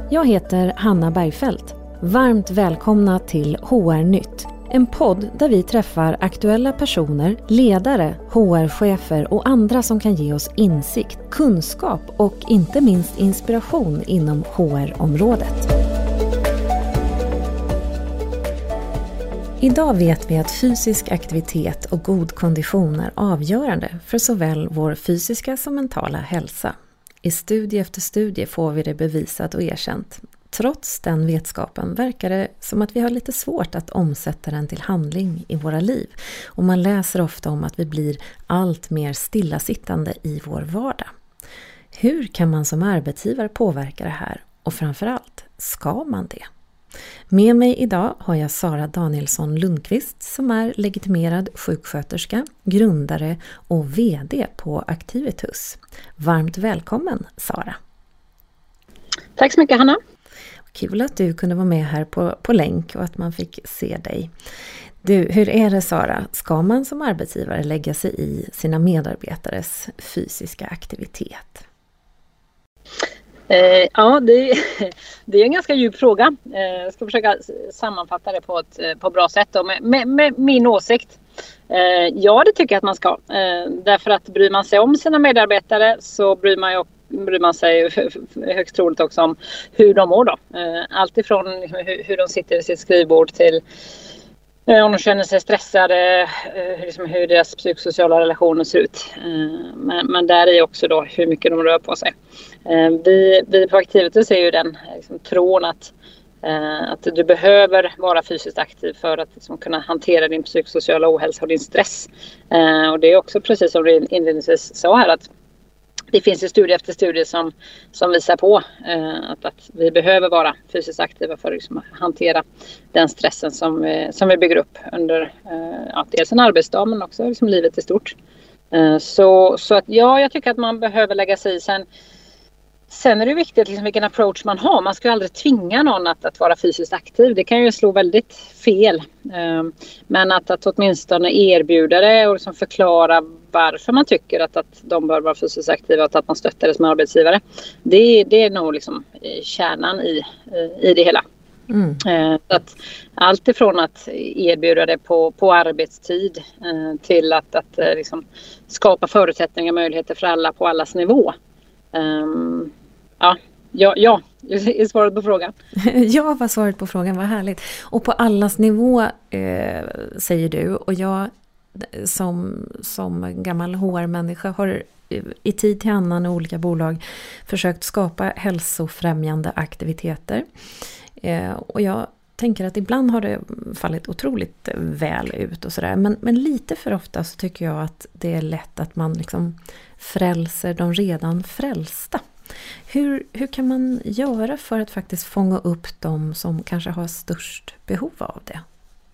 Jag heter Hanna Bergfeldt. Varmt välkomna till HR-nytt. En podd där vi träffar aktuella personer, ledare, HR-chefer och andra som kan ge oss insikt, kunskap och inte minst inspiration inom HR-området. Idag vet vi att fysisk aktivitet och god kondition är avgörande för såväl vår fysiska som mentala hälsa. I studie efter studie får vi det bevisat och erkänt. Trots den vetskapen verkar det som att vi har lite svårt att omsätta den till handling i våra liv. Och man läser ofta om att vi blir allt mer stillasittande i vår vardag. Hur kan man som arbetsgivare påverka det här? Och framförallt, ska man det? Med mig idag har jag Sara Danielsson Lundqvist som är legitimerad sjuksköterska, grundare och vd på Activitus. Varmt välkommen, Sara. Tack så mycket, Hanna. Kul att du kunde vara med här på länk och att man fick se dig. Du, hur är det, Sara? Ska man som arbetsgivare lägga sig i sina medarbetares fysiska aktivitet? Ja, det är en ganska djup fråga. Jag ska försöka sammanfatta det på ett bra sätt då, med min åsikt. Ja, det tycker jag att man ska. Därför att bryr man sig om sina medarbetare så bryr man sig högst troligt också om hur de mår då. Allt ifrån liksom hur de sitter i sitt skrivbord till om de känner sig stressade, hur deras psykosociala relationer ser ut. Men där är också då hur mycket de rör på sig. Vi på Activitus ser ju den tron att du behöver vara fysiskt aktiv för att kunna hantera din psykosociala ohälsa och din stress. Och det är också precis som du inledningsvis sa här, att det finns ju studie efter studie som visar på att vi behöver vara fysiskt aktiva för att hantera den stressen som vi bygger upp under dels en arbetsdag men också livet i stort. Så att ja, jag tycker att man behöver lägga sig i. Sen är det viktigt vilken approach man har. Man ska ju aldrig tvinga någon att vara fysiskt aktiv. Det kan ju slå väldigt fel. Men att åtminstone erbjuda det och förklara varför man tycker att de bör vara fysiskt aktiva och att man stöttar det som arbetsgivare. Det är nog kärnan i det hela. Att allt ifrån att erbjuda det på arbetstid till att skapa förutsättningar och möjligheter för alla på allas nivå. Ja, är svaret på frågan. Ja, var svaret på frågan, vad härligt. Och på allas nivå säger du, och jag som gammal HR-människa har i tid till annan i olika bolag försökt skapa hälsofrämjande aktiviteter. Och jag tänker att ibland har det fallit otroligt väl ut och sådär. Men lite för ofta så tycker jag att det är lätt att man frälser de redan frälsta. Hur kan man göra för att faktiskt fånga upp de som kanske har störst behov av det?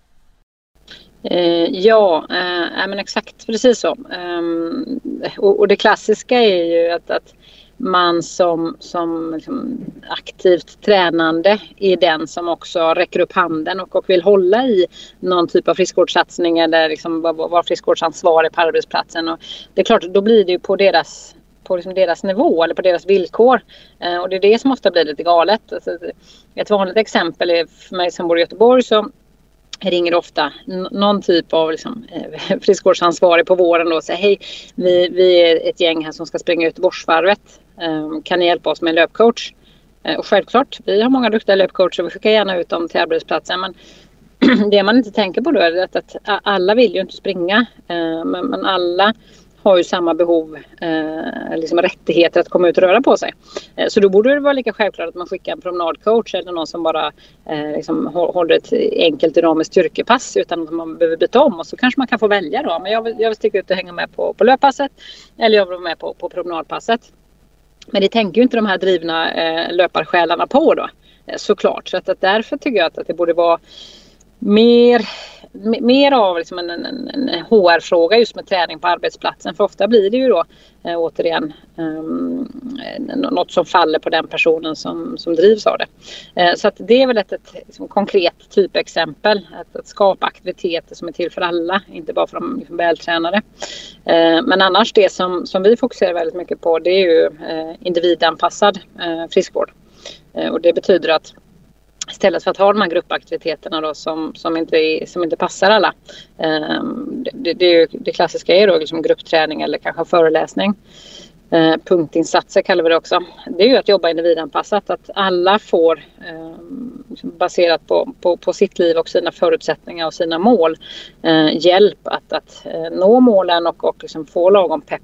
Men exakt, precis så. Och det klassiska är ju att man som aktivt tränande är den som också räcker upp handen och vill hålla i någon typ av friskvårdssatsning eller vara friskvårdsansvarig på arbetsplatsen. Och det är klart, då blir det ju på deras nivå eller på deras villkor. Och det är det som ofta blir lite galet. Ett vanligt exempel är för mig som bor i Göteborg, så ringer ofta någon typ av friskvårdsansvarig på våren och säger: hej, vi är ett gäng här som ska springa Göteborgsvarvet. Kan ni hjälpa oss med en löpcoach? Och självklart, vi har många duktiga löpcoacher och vi skickar gärna ut dem till arbetsplatsen. Men det man inte tänker på då är att alla vill ju inte springa. Men alla har ju samma behov, rättigheter att komma ut och röra på sig. Så då borde det vara lika självklart att man skickar en promenadcoach eller någon som bara håller ett enkelt dynamiskt styrkepass utan att man behöver byta om. Och så kanske man kan få välja då. Men jag vill sticka ut och hänga med på löppasset eller jag vill vara med på promenadpasset. Men det tänker ju inte de här drivna löparsjälarna på då, såklart. Så att därför tycker jag att det borde vara mer av en HR-fråga just med träning på arbetsplatsen. För ofta blir det ju då återigen något som faller på den personen som drivs av det. Så att det är väl ett konkret typexempel. Att skapa aktiviteter som är till för alla, inte bara för de vältränade. Men annars det som vi fokuserar väldigt mycket på, det är ju individanpassad friskvård. Och det betyder att istället för att ha de här gruppaktiviteterna då som inte passar alla. Det klassiska är då liksom gruppträning eller kanske föreläsning. Punktinsatser kallar vi det också. Det är ju att jobba individanpassat. Att alla får baserat på sitt liv och sina förutsättningar och sina mål hjälp att nå målen och liksom få lagom pepp.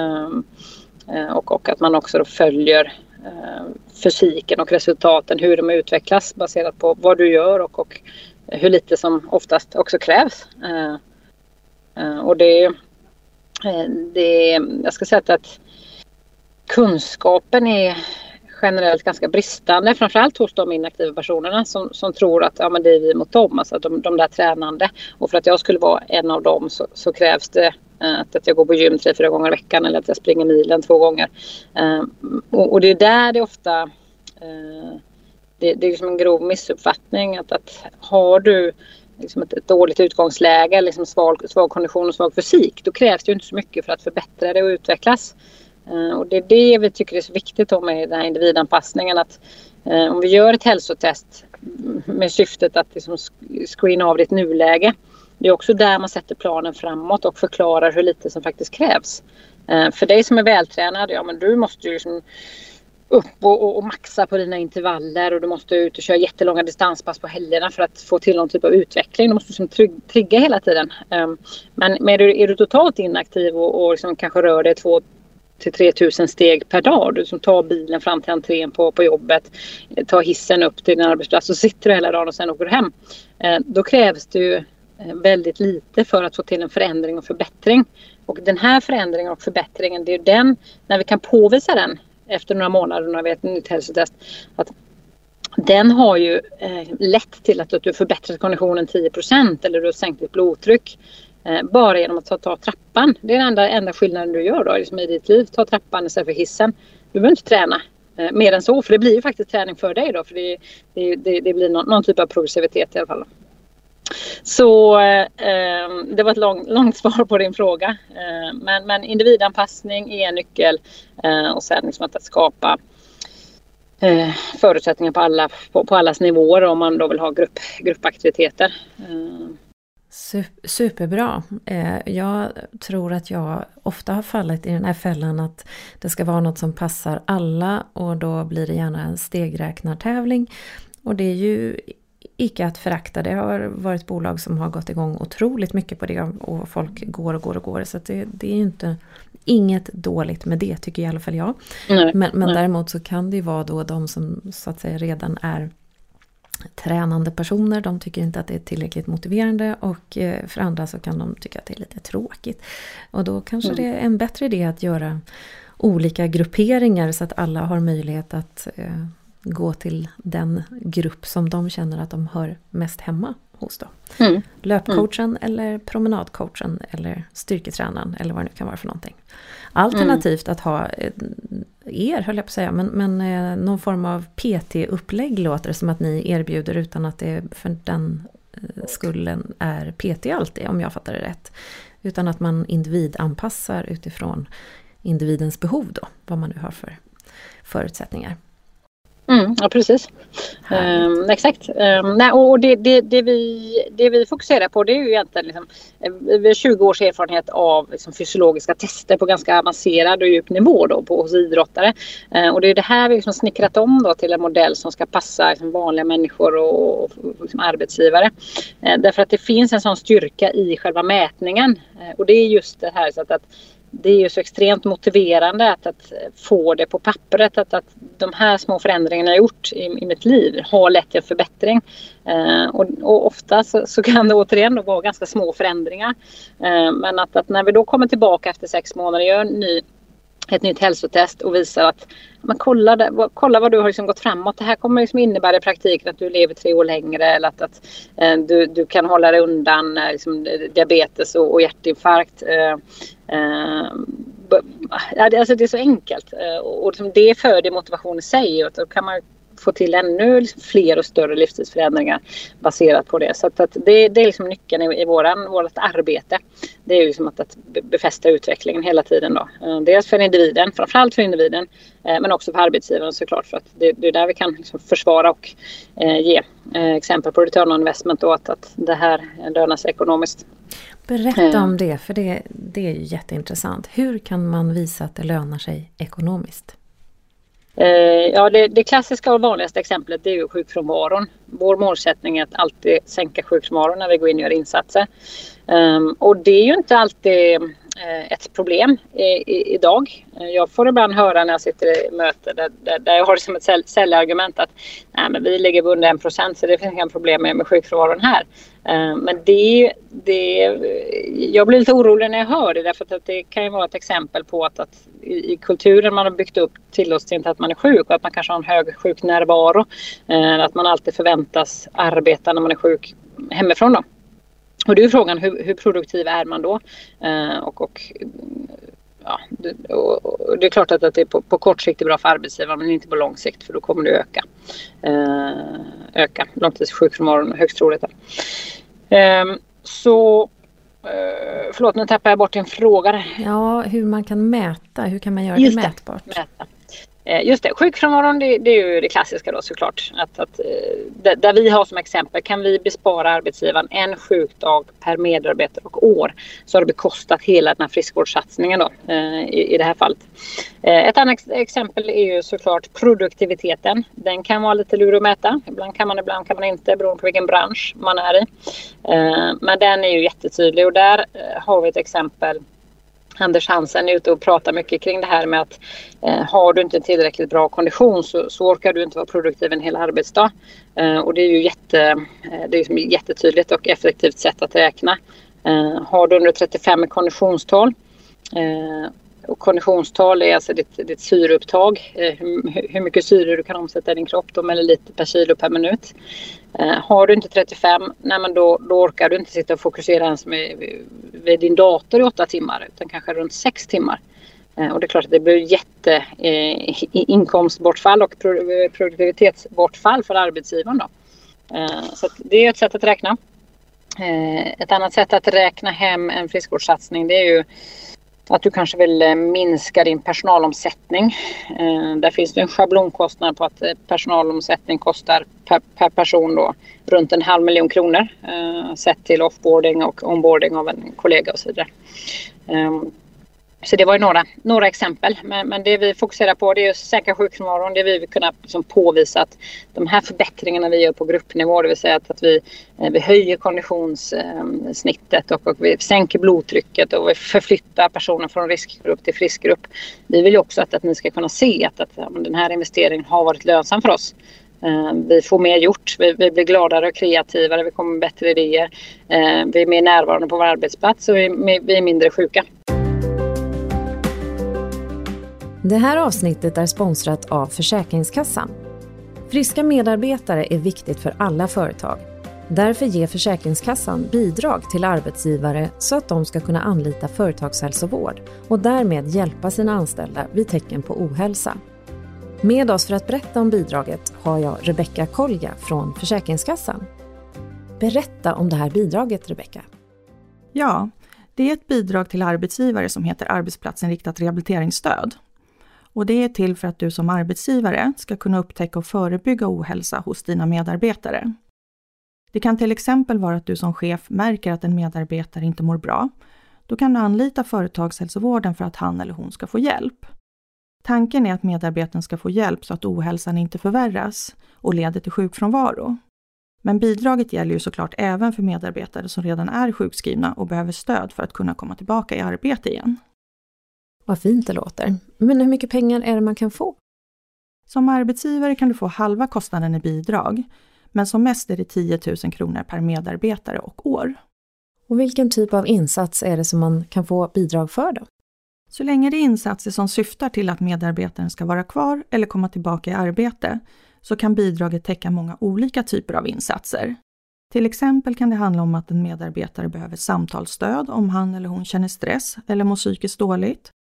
Och att man också då följer fysiken och resultaten, hur de utvecklas baserat på vad du gör och hur lite som oftast också krävs. Och jag ska säga att kunskapen är generellt ganska bristande, framförallt hos de inaktiva personerna som tror att men det är vi mot dem, alltså de där tränande. Och för att jag skulle vara en av dem så krävs det att jag går på gym 3-4 gånger i veckan eller att jag springer milen 2 gånger. Och det är där det ofta det är liksom en grov missuppfattning att har du liksom ett dåligt utgångsläge, liksom svag kondition och svag fysik, då krävs det ju inte så mycket för att förbättra det och utvecklas. Och det är det vi tycker är så viktigt med den här individanpassningen, att om vi gör ett hälsotest med syftet att liksom screena av ditt nuläge, det är också där man sätter planen framåt och förklarar hur lite som faktiskt krävs. För dig som är vältränad, men du måste ju liksom upp och maxa på dina intervaller och du måste ut och köra jättelånga distanspass på helgerna för att få till någon typ av utveckling. Du måste liksom trigga hela tiden. Men är du totalt inaktiv och liksom kanske rör dig 2 till 3000 steg per dag. Du som tar bilen fram till entrén på jobbet, tar hissen upp till din arbetsplats och sitter hela dagen och sen åker du hem. Då krävs det ju väldigt lite för att få till en förändring och förbättring. Och den här förändringen och förbättringen, det är ju den, när vi kan påvisa den efter några månader när vi vet ett nytt hälsotest, att den har ju lett till att du förbättrat konditionen 10% eller du har sänkt ditt blodtryck. Bara genom att ta trappan. Det är den enda skillnaden du gör då liksom i ditt liv. Ta trappan istället för hissen. Du behöver inte träna mer än så. För det blir ju faktiskt träning för dig då. För det blir någon typ av progressivitet i alla fall. Så det var ett långt svar på din fråga. Men individanpassning är en nyckel. Och sen liksom att skapa förutsättningar på allas nivåer om man då vill ha gruppaktiviteter. Superbra. Jag tror att jag ofta har fallit i den här fällan att det ska vara något som passar alla och då blir det gärna en stegräknartävling. Och det är ju icke att förakta. Det har varit bolag som har gått igång otroligt mycket på det och folk går. Så att det är ju inget dåligt med det, tycker i alla fall jag. Men däremot så kan det ju vara då de som så att säga redan är tränande personer, de tycker inte att det är tillräckligt motiverande och för andra så kan de tycka att det är lite tråkigt. Och då kanske det är en bättre idé att göra olika grupperingar så att alla har möjlighet att gå till den grupp som de känner att de hör mest hemma hos då. Löpcoachen eller promenadcoachen eller styrketränaren eller vad det nu kan vara för någonting. Alternativt att ha höll jag på att säga, men någon form av PT-upplägg låter som att ni erbjuder utan att det för den skullen är PT alltid, om jag fattar det rätt. Utan att man individanpassar utifrån individens behov då, vad man nu har för förutsättningar. Ja, precis. Exakt. Och det vi fokuserar på, det är ju egentligen liksom, vi har 20 års erfarenhet av liksom, fysiologiska tester på ganska avancerad och djup nivå då, hos idrottare. Och det är det här vi liksom snickrat om då, till en modell som ska passa liksom, vanliga människor och liksom, arbetsgivare. Därför att det finns en sån styrka i själva mätningen. Och det är just det här så att det är ju så extremt motiverande att få det på pappret, att de här små förändringarna jag gjort i mitt liv har lett till en förbättring. Och ofta så kan det återigen då vara ganska små förändringar. Men att när vi då kommer tillbaka efter 6 månader och gör ett nytt hälsotest och visar att kolla vad du har liksom gått framåt. Det här kommer liksom innebära i praktiken att du lever 3 år längre eller att du kan hålla dig undan liksom, diabetes och hjärtinfarkt. Alltså det är så enkelt och liksom det föder motivation i sig och då kan man få till ännu liksom fler och större livsstilsförändringar baserat på det. Så att det är liksom nyckeln i vårt arbete. Det är ju liksom att befästa utvecklingen hela tiden då. Dels för individen, framförallt för individen, men också för arbetsgivaren såklart, för att det är där vi kan liksom försvara och ge exempel på return on investment och att det här lönar sig ekonomiskt. Berätta om det, för det är ju jätteintressant. Hur kan man visa att det lönar sig ekonomiskt? Ja, det klassiska och vanligaste exemplet det är ju sjukfrånvaron. Vår målsättning är att alltid sänka sjukfrånvaron när vi går in och gör insatser. Och det är ju inte alltid ett problem idag. Jag får ibland höra när jag sitter i möten där jag har det som ett säljargument att nej, men vi ligger under 1% så det finns inga problem med sjukfrånvaron här. Men jag blir lite orolig när jag hör det, därför att det kan ju vara ett exempel på att i kulturen man har byggt upp tillåts att man är sjuk och att man kanske har en hög sjuknärvaro. Att man alltid förväntas arbeta när man är sjuk hemifrån då. Och det är frågan hur produktiv är man då? Det är klart att det är på kort sikt är bra för arbetsgivaren, men inte på lång sikt, för då kommer det öka långtidssjukfrånvaron högst troligt. Förlåt, nu tappar jag bort en fråga. Ja, hur man kan mäta, hur kan man göra det mätbart? Just det, sjukfrånvaron det är ju det klassiska då såklart. Där vi har som exempel, kan vi bespara arbetsgivaren en sjukdag per medarbetare och år, så har det bekostat hela den här friskvårdssatsningen då, i det här fallet. Ett annat exempel är ju såklart produktiviteten. Den kan vara lite lurig att mäta. Ibland kan man inte, beroende på vilken bransch man är i. Men den är ju jättetydlig, och där har vi ett exempel. Anders Hansen är ute och pratar mycket kring det här med att har du inte en tillräckligt bra kondition så orkar du inte vara produktiv en hel arbetsdag. Och det är ju jättetydligt och effektivt sätt att räkna. Har du under 35 i konditionstal, och konditionstal är alltså ditt syreupptag, hur mycket syre du kan omsätta i din kropp, då milliliter per kilo per minut. Har du inte 35, då orkar du inte sitta och fokusera ens vid din dator i 8 timmar, utan kanske runt 6 timmar. Och det är klart att det blir inkomstbortfall och produktivitetsbortfall för arbetsgivaren då. Så att det är ett sätt att räkna. Ett annat sätt att räkna hem en friskvårdssatsning, det är ju att du kanske vill minska din personalomsättning. Där finns det en schablonkostnad på att personalomsättning kostar per person då runt 500 000 kronor. Sett till offboarding och onboarding av en kollega och så vidare. Så det var ju några exempel. Men det vi fokuserar på, det är att sänka sjukfrånvaron. Det vi vill kunna liksom påvisa att de här förbättringarna vi gör på gruppnivå, det vill säga att vi höjer konditionssnittet och vi sänker blodtrycket och vi förflyttar personer från riskgrupp till friskgrupp. Vi vill ju också att ni ska kunna se att den här investeringen har varit lönsam för oss. Vi får mer gjort, vi blir gladare och kreativare, vi kommer med bättre idéer, vi är mer närvarande på vår arbetsplats och vi är mindre sjuka. Det här avsnittet är sponsrat av Försäkringskassan. Friska medarbetare är viktigt för alla företag. Därför ger Försäkringskassan bidrag till arbetsgivare så att de ska kunna anlita företagshälsovård och därmed hjälpa sina anställda vid tecken på ohälsa. Med oss för att berätta om bidraget har jag Rebecka Kolja från Försäkringskassan. Berätta om det här bidraget, Rebecka. Ja, det är ett bidrag till arbetsgivare som heter arbetsplatsinriktat rehabiliteringsstöd. Och det är till för att du som arbetsgivare ska kunna upptäcka och förebygga ohälsa hos dina medarbetare. Det kan till exempel vara att du som chef märker att en medarbetare inte mår bra. Då kan du anlita företagshälsovården för att han eller hon ska få hjälp. Tanken är att medarbetaren ska få hjälp så att ohälsan inte förvärras och leder till sjukfrånvaro. Men bidraget gäller ju såklart även för medarbetare som redan är sjukskrivna och behöver stöd för att kunna komma tillbaka i arbete igen. Vad fint det låter. Men hur mycket pengar är det man kan få? Som arbetsgivare kan du få halva kostnaden i bidrag, men som mest är det 10 000 kronor per medarbetare och år. Och vilken typ av insats är det som man kan få bidrag för då? Så länge det är insatser som syftar till att medarbetaren ska vara kvar eller komma tillbaka i arbete, så kan bidraget täcka många olika typer av insatser. Till exempel kan det handla om att en medarbetare behöver samtalsstöd om han eller hon känner stress eller mår psykiskt dåligt.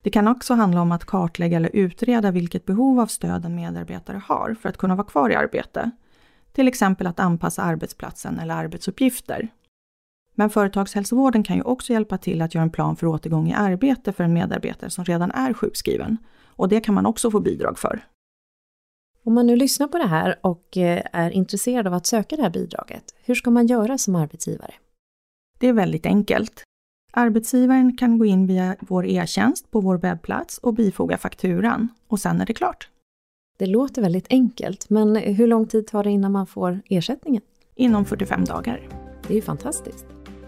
Det kan också handla om att kartlägga eller utreda vilket behov av stöd en medarbetare har för att kunna vara kvar i arbete. Till exempel att anpassa arbetsplatsen eller arbetsuppgifter. Men företagshälsovården kan ju också hjälpa till att göra en plan för återgång i arbete för en medarbetare som redan är sjukskriven. Och det kan man också få bidrag för. Om man nu lyssnar på det här och är intresserad av att söka det här bidraget, hur ska man göra som arbetsgivare? Det är väldigt enkelt. Arbetsgivaren kan gå in via vår e-tjänst på vår webbplats och bifoga fakturan. Och sen är det klart. Det låter väldigt enkelt, men hur lång tid tar det innan man får ersättningen? Inom 45 dagar. Det är ju fantastiskt.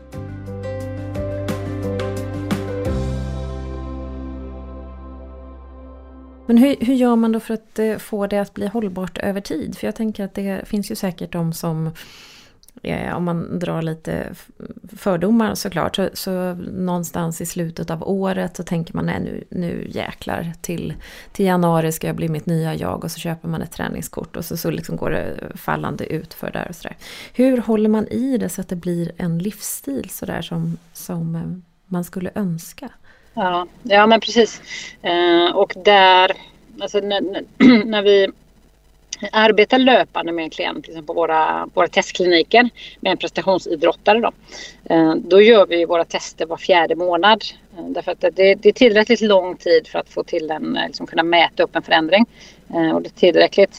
Men hur gör man då för att få det att bli hållbart över tid? För jag tänker att det finns ju säkert de som, om man drar lite fördomar såklart, så någonstans i slutet av året så tänker man nej nu jäklar till januari ska jag bli mitt nya jag, och så köper man ett träningskort och så liksom går det fallande ut för där och sådär. Hur håller man i det så att det blir en livsstil sådär som man skulle önska? Ja men precis. Och där, alltså när vi arbetar löpande med en klient liksom på våra testkliniker med en prestationsidrottare då gör vi våra tester var 4:e månad. Därför att det är tillräckligt lång tid för att få till liksom kunna mäta upp en förändring. Och det är tillräckligt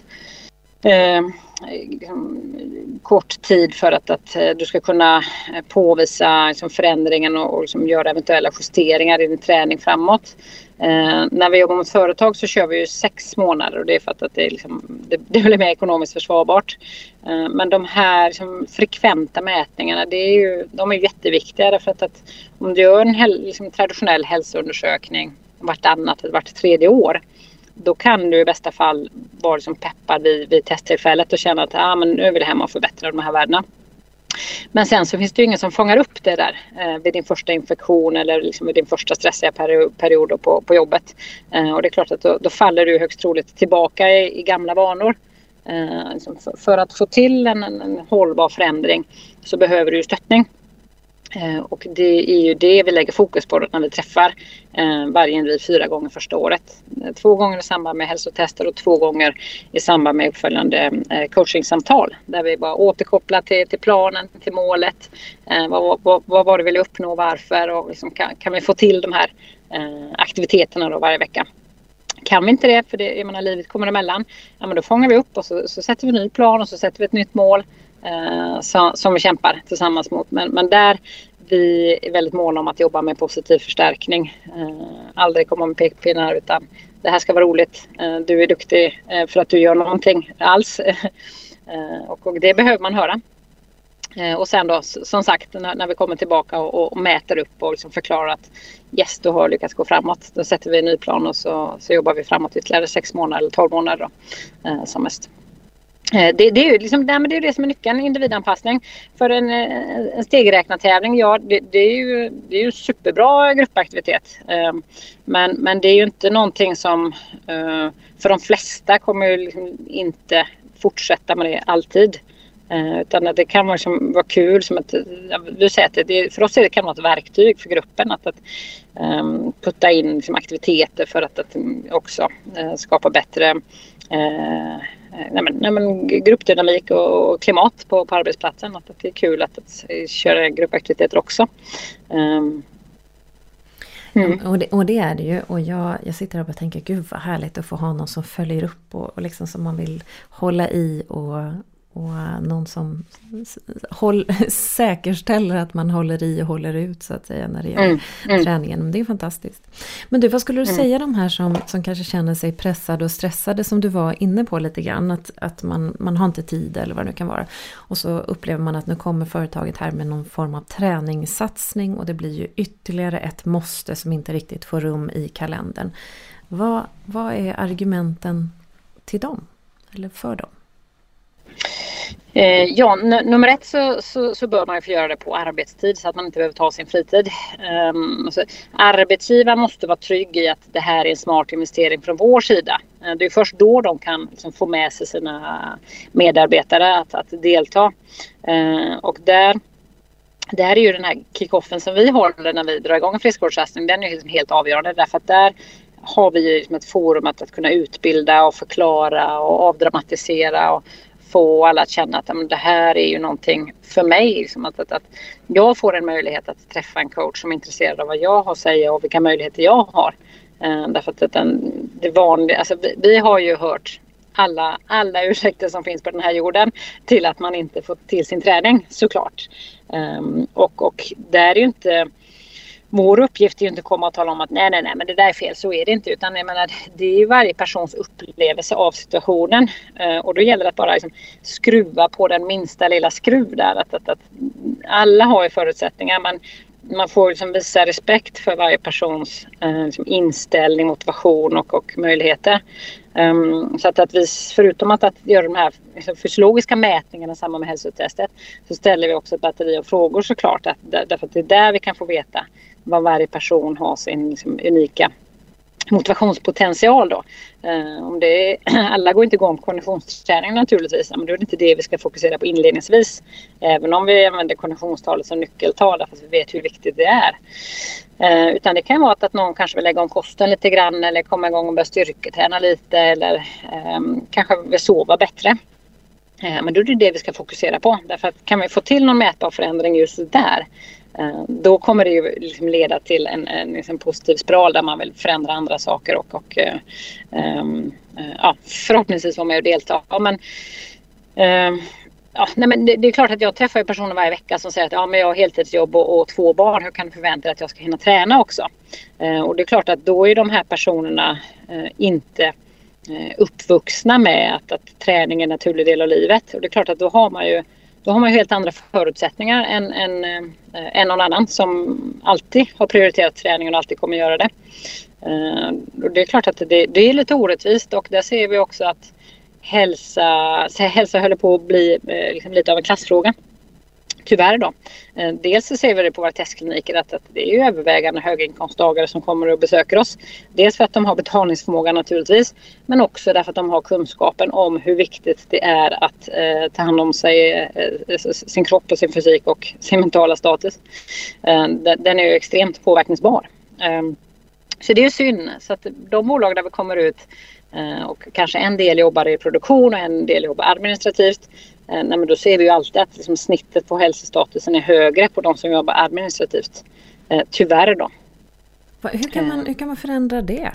kort tid för att du ska kunna påvisa liksom förändringen och liksom göra eventuella justeringar i din träning framåt. När vi jobbar mot företag så kör vi ju 6 månader, och det är för att det blir mer ekonomiskt försvarbart. Men de här liksom frekventa mätningarna, de är jätteviktiga, därför att om du gör en liksom traditionell hälsoundersökning vartannat eller vart 3:e år, då kan du i bästa fall vara liksom peppad vid testtillfället och känna att men nu vill jag hem och förbättra de här värdena. Men sen så finns det ju ingen som fångar upp det där vid din första infektion eller liksom vid din första stressiga period på jobbet. Och det är klart att då faller du högst troligt tillbaka i gamla vanor. Liksom för att få till en hållbar förändring så behöver du ju stöttning. Och det är ju det vi lägger fokus på när vi träffar varje individ 4 gånger första året. 2 gånger i samband med hälsotester och 2 gånger i samband med uppföljande coachingsamtal. Där vi bara återkopplar till planen, till målet. Vad var det vi vill uppnå, varför, och liksom kan vi få till de här aktiviteterna då varje vecka. Kan vi inte det, för livet kommer emellan, men då fångar vi upp och så sätter vi en ny plan och så sätter vi ett nytt mål. Som vi kämpar tillsammans mot. Men där vi är väldigt måna om att jobba med positiv förstärkning. Aldrig komma med pekpinnar, utan det här ska vara roligt. Du är duktig för att du gör någonting alls. Och det behöver man höra. Och sen då, som sagt, när vi kommer tillbaka och mäter upp och liksom förklarar att yes, du har lyckats gå framåt. Då sätter vi en ny plan och så jobbar vi framåt ytterligare 6 månader eller 12 månader då, som mest. Det är ju liksom, det är det som är nyckeln, individanpassning. För en stegräknartävling, det är ju superbra gruppaktivitet. Men det är ju inte någonting som för de flesta kommer ju liksom inte fortsätta med det alltid. Utan det kan vara kul, som att du säger att för oss kan det vara ett verktyg för gruppen att putta in liksom aktiviteter för att också skapa bättre gruppdynamik och klimat på arbetsplatsen. Att det är kul att köra gruppaktiviteter också. Och det är det ju. Och jag sitter och tänker, gud vad härligt att få ha någon som följer upp och liksom som man vill hålla i och någon som säkerställer att man håller i och håller ut, så att säga, när det gäller träningen. Det är fantastiskt. Men du, vad skulle du säga de här som kanske känner sig pressade och stressade, som du var inne på lite grann, att man har inte tid eller vad det nu kan vara, och så upplever man att nu kommer företaget här med någon form av träningssatsning och det blir ju ytterligare ett måste som inte riktigt får rum i kalendern. Vad är argumenten till dem eller för dem? Nummer 1 så bör man ju få göra det på arbetstid så att man inte behöver ta sin fritid. Arbetsgivaren måste vara trygg i att det här är en smart investering från vår sida. Det är först då de kan liksom få med sig sina medarbetare att delta. Och där där är ju den här kickoffen som vi håller när vi drar igång en friskvårdssatsning, den är liksom helt avgörande, därför att där har vi ju liksom ett forum att kunna utbilda och förklara och avdramatisera och få alla att känna att det här är ju någonting för mig. Liksom att jag får en möjlighet att träffa en coach som är intresserad av vad jag har att säga och vilka möjligheter jag har. Därför att det vanliga, alltså vi har ju hört alla ursäkter som finns på den här jorden till att man inte får till sin träning, såklart. Och där är ju inte... Vår uppgift är ju inte att komma och tala om att nej, men det där är fel, så är det inte. Utan jag menar, det är ju varje persons upplevelse av situationen. Och då gäller det att bara liksom skruva på den minsta lilla skruv där. Att alla har ju förutsättningar. Man får liksom visa respekt för varje persons liksom inställning, motivation och möjligheter. Så att vi, förutom att göra de här liksom fysiologiska mätningarna samman med hälsotestet, så ställer vi också ett batteri av frågor såklart. Därför att det är där vi kan få veta vad varje person har sin liksom unika motivationspotential då. Om det är, alla går inte igång på konditionsträning naturligtvis, men då är det inte det vi ska fokusera på inledningsvis. Även om vi använder konditionstalet som nyckeltal, därför att vi vet hur viktigt det är. Utan det kan vara att någon kanske vill lägga om kosten lite grann, eller komma igång och börja styrketräna lite, eller kanske vill sova bättre. Men då är det vi ska fokusera på. Därför att kan vi få till någon mätbar förändring just där, då kommer det ju liksom leda till en liksom positiv spiral där man vill förändra andra saker och förhoppningsvis vara med och delta. Men det är klart att jag träffar personer varje vecka som säger att men jag har heltidsjobb och 2 barn. Hur kan du förvänta dig att jag ska hinna träna också? Och det är klart att då är de här personerna inte uppvuxna med att träning är en naturlig del av livet. Och det är klart att då har man ju helt andra förutsättningar än någon annan som alltid har prioriterat träningen och alltid kommer göra det. Och det är klart att det är lite orättvist, och där ser vi också att hälsa håller på att bli liksom lite av en klassfråga. Tyvärr då. Dels så ser vi det på våra testkliniker att det är ju övervägande höginkomsttagare som kommer och besöker oss. Dels för att de har betalningsförmåga naturligtvis, men också därför att de har kunskapen om hur viktigt det är att ta hand om sig, sin kropp och sin fysik och sin mentala status. Den är ju extremt påverkningsbar. Så det är synd. Så att de bolag där vi kommer ut och kanske en del jobbar i produktion och en del jobbar administrativt, men då ser vi ju alltid att liksom snittet på hälsostatusen är högre på de som jobbar administrativt. Tyvärr då. Hur kan man förändra det?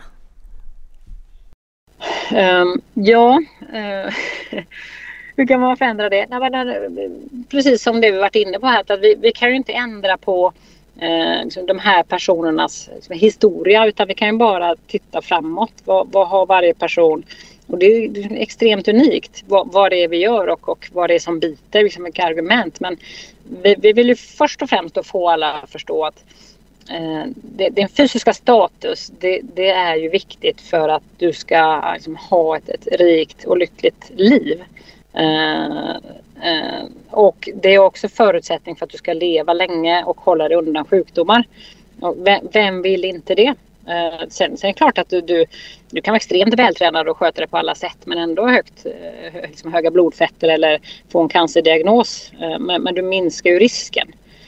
Hur kan man förändra det? Precis som det vi varit inne på här, att vi kan ju inte ändra på liksom de här personernas liksom historia, utan vi kan ju bara titta framåt. Vad har varje person? Och det är extremt unikt vad det är vi gör och vad det är som biter, liksom vilka argument. Men vi vill ju först och främst att få alla att förstå att den fysiska status, det är ju viktigt för att du ska liksom ha ett rikt och lyckligt liv. Och det är också förutsättning för att du ska leva länge och hålla dig undan sjukdomar. Och vem vill inte det? Sen är det klart att du kan vara extremt vältränad och sköta det på alla sätt, men ändå liksom höga blodfetter eller få en cancerdiagnos. Men du minskar ju risken.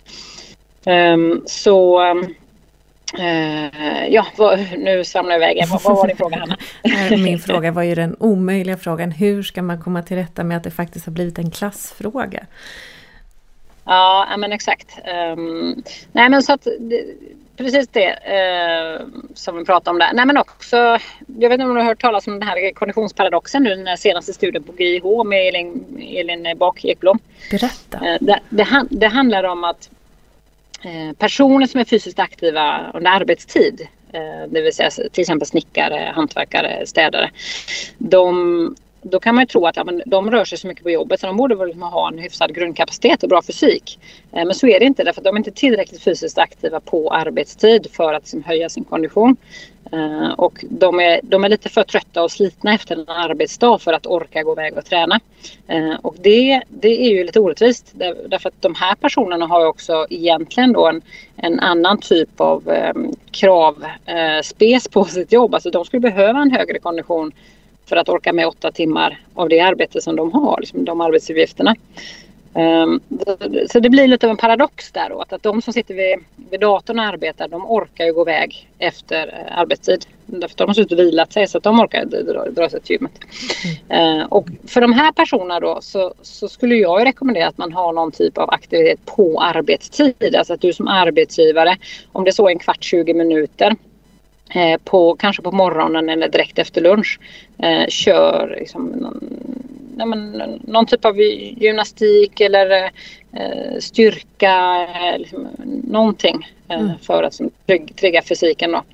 Nu samlar jag iväg. Vad var din fråga, Hanna? Min fråga var ju den omöjliga frågan. Hur ska man komma till rätta med att det faktiskt har blivit en klassfråga? Ja, men exakt. Nej, men så att precis det som vi pratade om där. Nej, men också, jag vet inte om du har hört talas om den här konditionsparadoxen nu, den senaste studien på GIH med Elin Bak-Ekblom. Berätta. Det handlar om att personer som är fysiskt aktiva under arbetstid, det vill säga till exempel snickare, hantverkare, städare, då kan man ju tro att de rör sig så mycket på jobbet så de borde väl ha en hyfsad grundkapacitet och bra fysik. Men så är det inte, därför att de är inte tillräckligt fysiskt aktiva på arbetstid för att liksom höja sin kondition. Och de är lite för trötta och slitna efter en arbetsdag för att orka gå iväg och träna. Och det är ju lite orättvist, därför att de här personerna har ju också egentligen då en annan typ av kravspec på sitt jobb. Alltså de skulle behöva en högre kondition för att orka med 8 timmar av det arbete som de har, liksom de arbetsuppgifterna. Så det blir lite av en paradox där då, att de som sitter vid datorn och arbetar, de orkar ju gå iväg efter arbetstid. Därför de har suttit och vilat sig, så att de orkar dra sig till gymmet. Och för de här personerna då så skulle jag ju rekommendera att man har någon typ av aktivitet på arbetstid. Alltså att du som arbetsgivare, om det så är en kvart, 20 minuter kanske på morgonen eller direkt efter lunch, kör liksom någon typ av gymnastik eller styrka, liksom, någonting för att trygga fysiken då.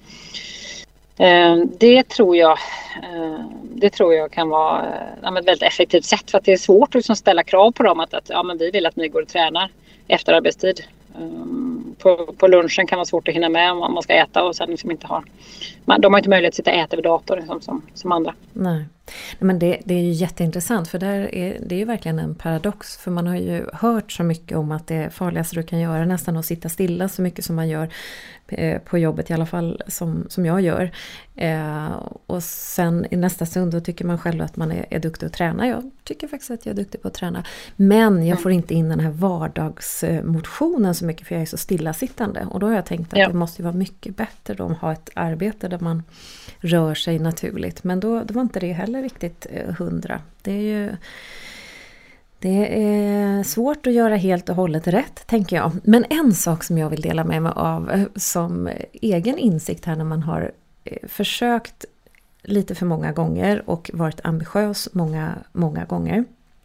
Det tror jag kan vara ett väldigt effektivt sätt, för att det är svårt att liksom ställa krav på dem att men vi vill att ni går och tränar efter arbetstid. På lunchen kan vara svårt att hinna med om man ska äta och sen liksom inte har. De har inte möjlighet att sitta och äta vid datorn som andra. Nej. Men det är ju jätteintressant, för det är ju verkligen en paradox, för man har ju hört så mycket om att det farligaste du kan göra nästan att sitta stilla så mycket som man gör på jobbet, i alla fall som jag gör. Och sen i nästa stund då tycker man själv att man är duktig att träna. Jag tycker faktiskt att jag är duktig på att träna. Men jag får inte in den här vardagsmotionen så mycket, för jag är så stillasittande. Och då har jag tänkt att det måste vara mycket bättre då att ha ett arbete där man rör sig naturligt. Men då var inte det heller riktigt 100. Det är svårt att göra helt och hållet rätt, tänker jag. Men en sak som jag vill dela med mig av som egen insikt här, när man har försökt lite för många gånger och varit ambitiös många gånger.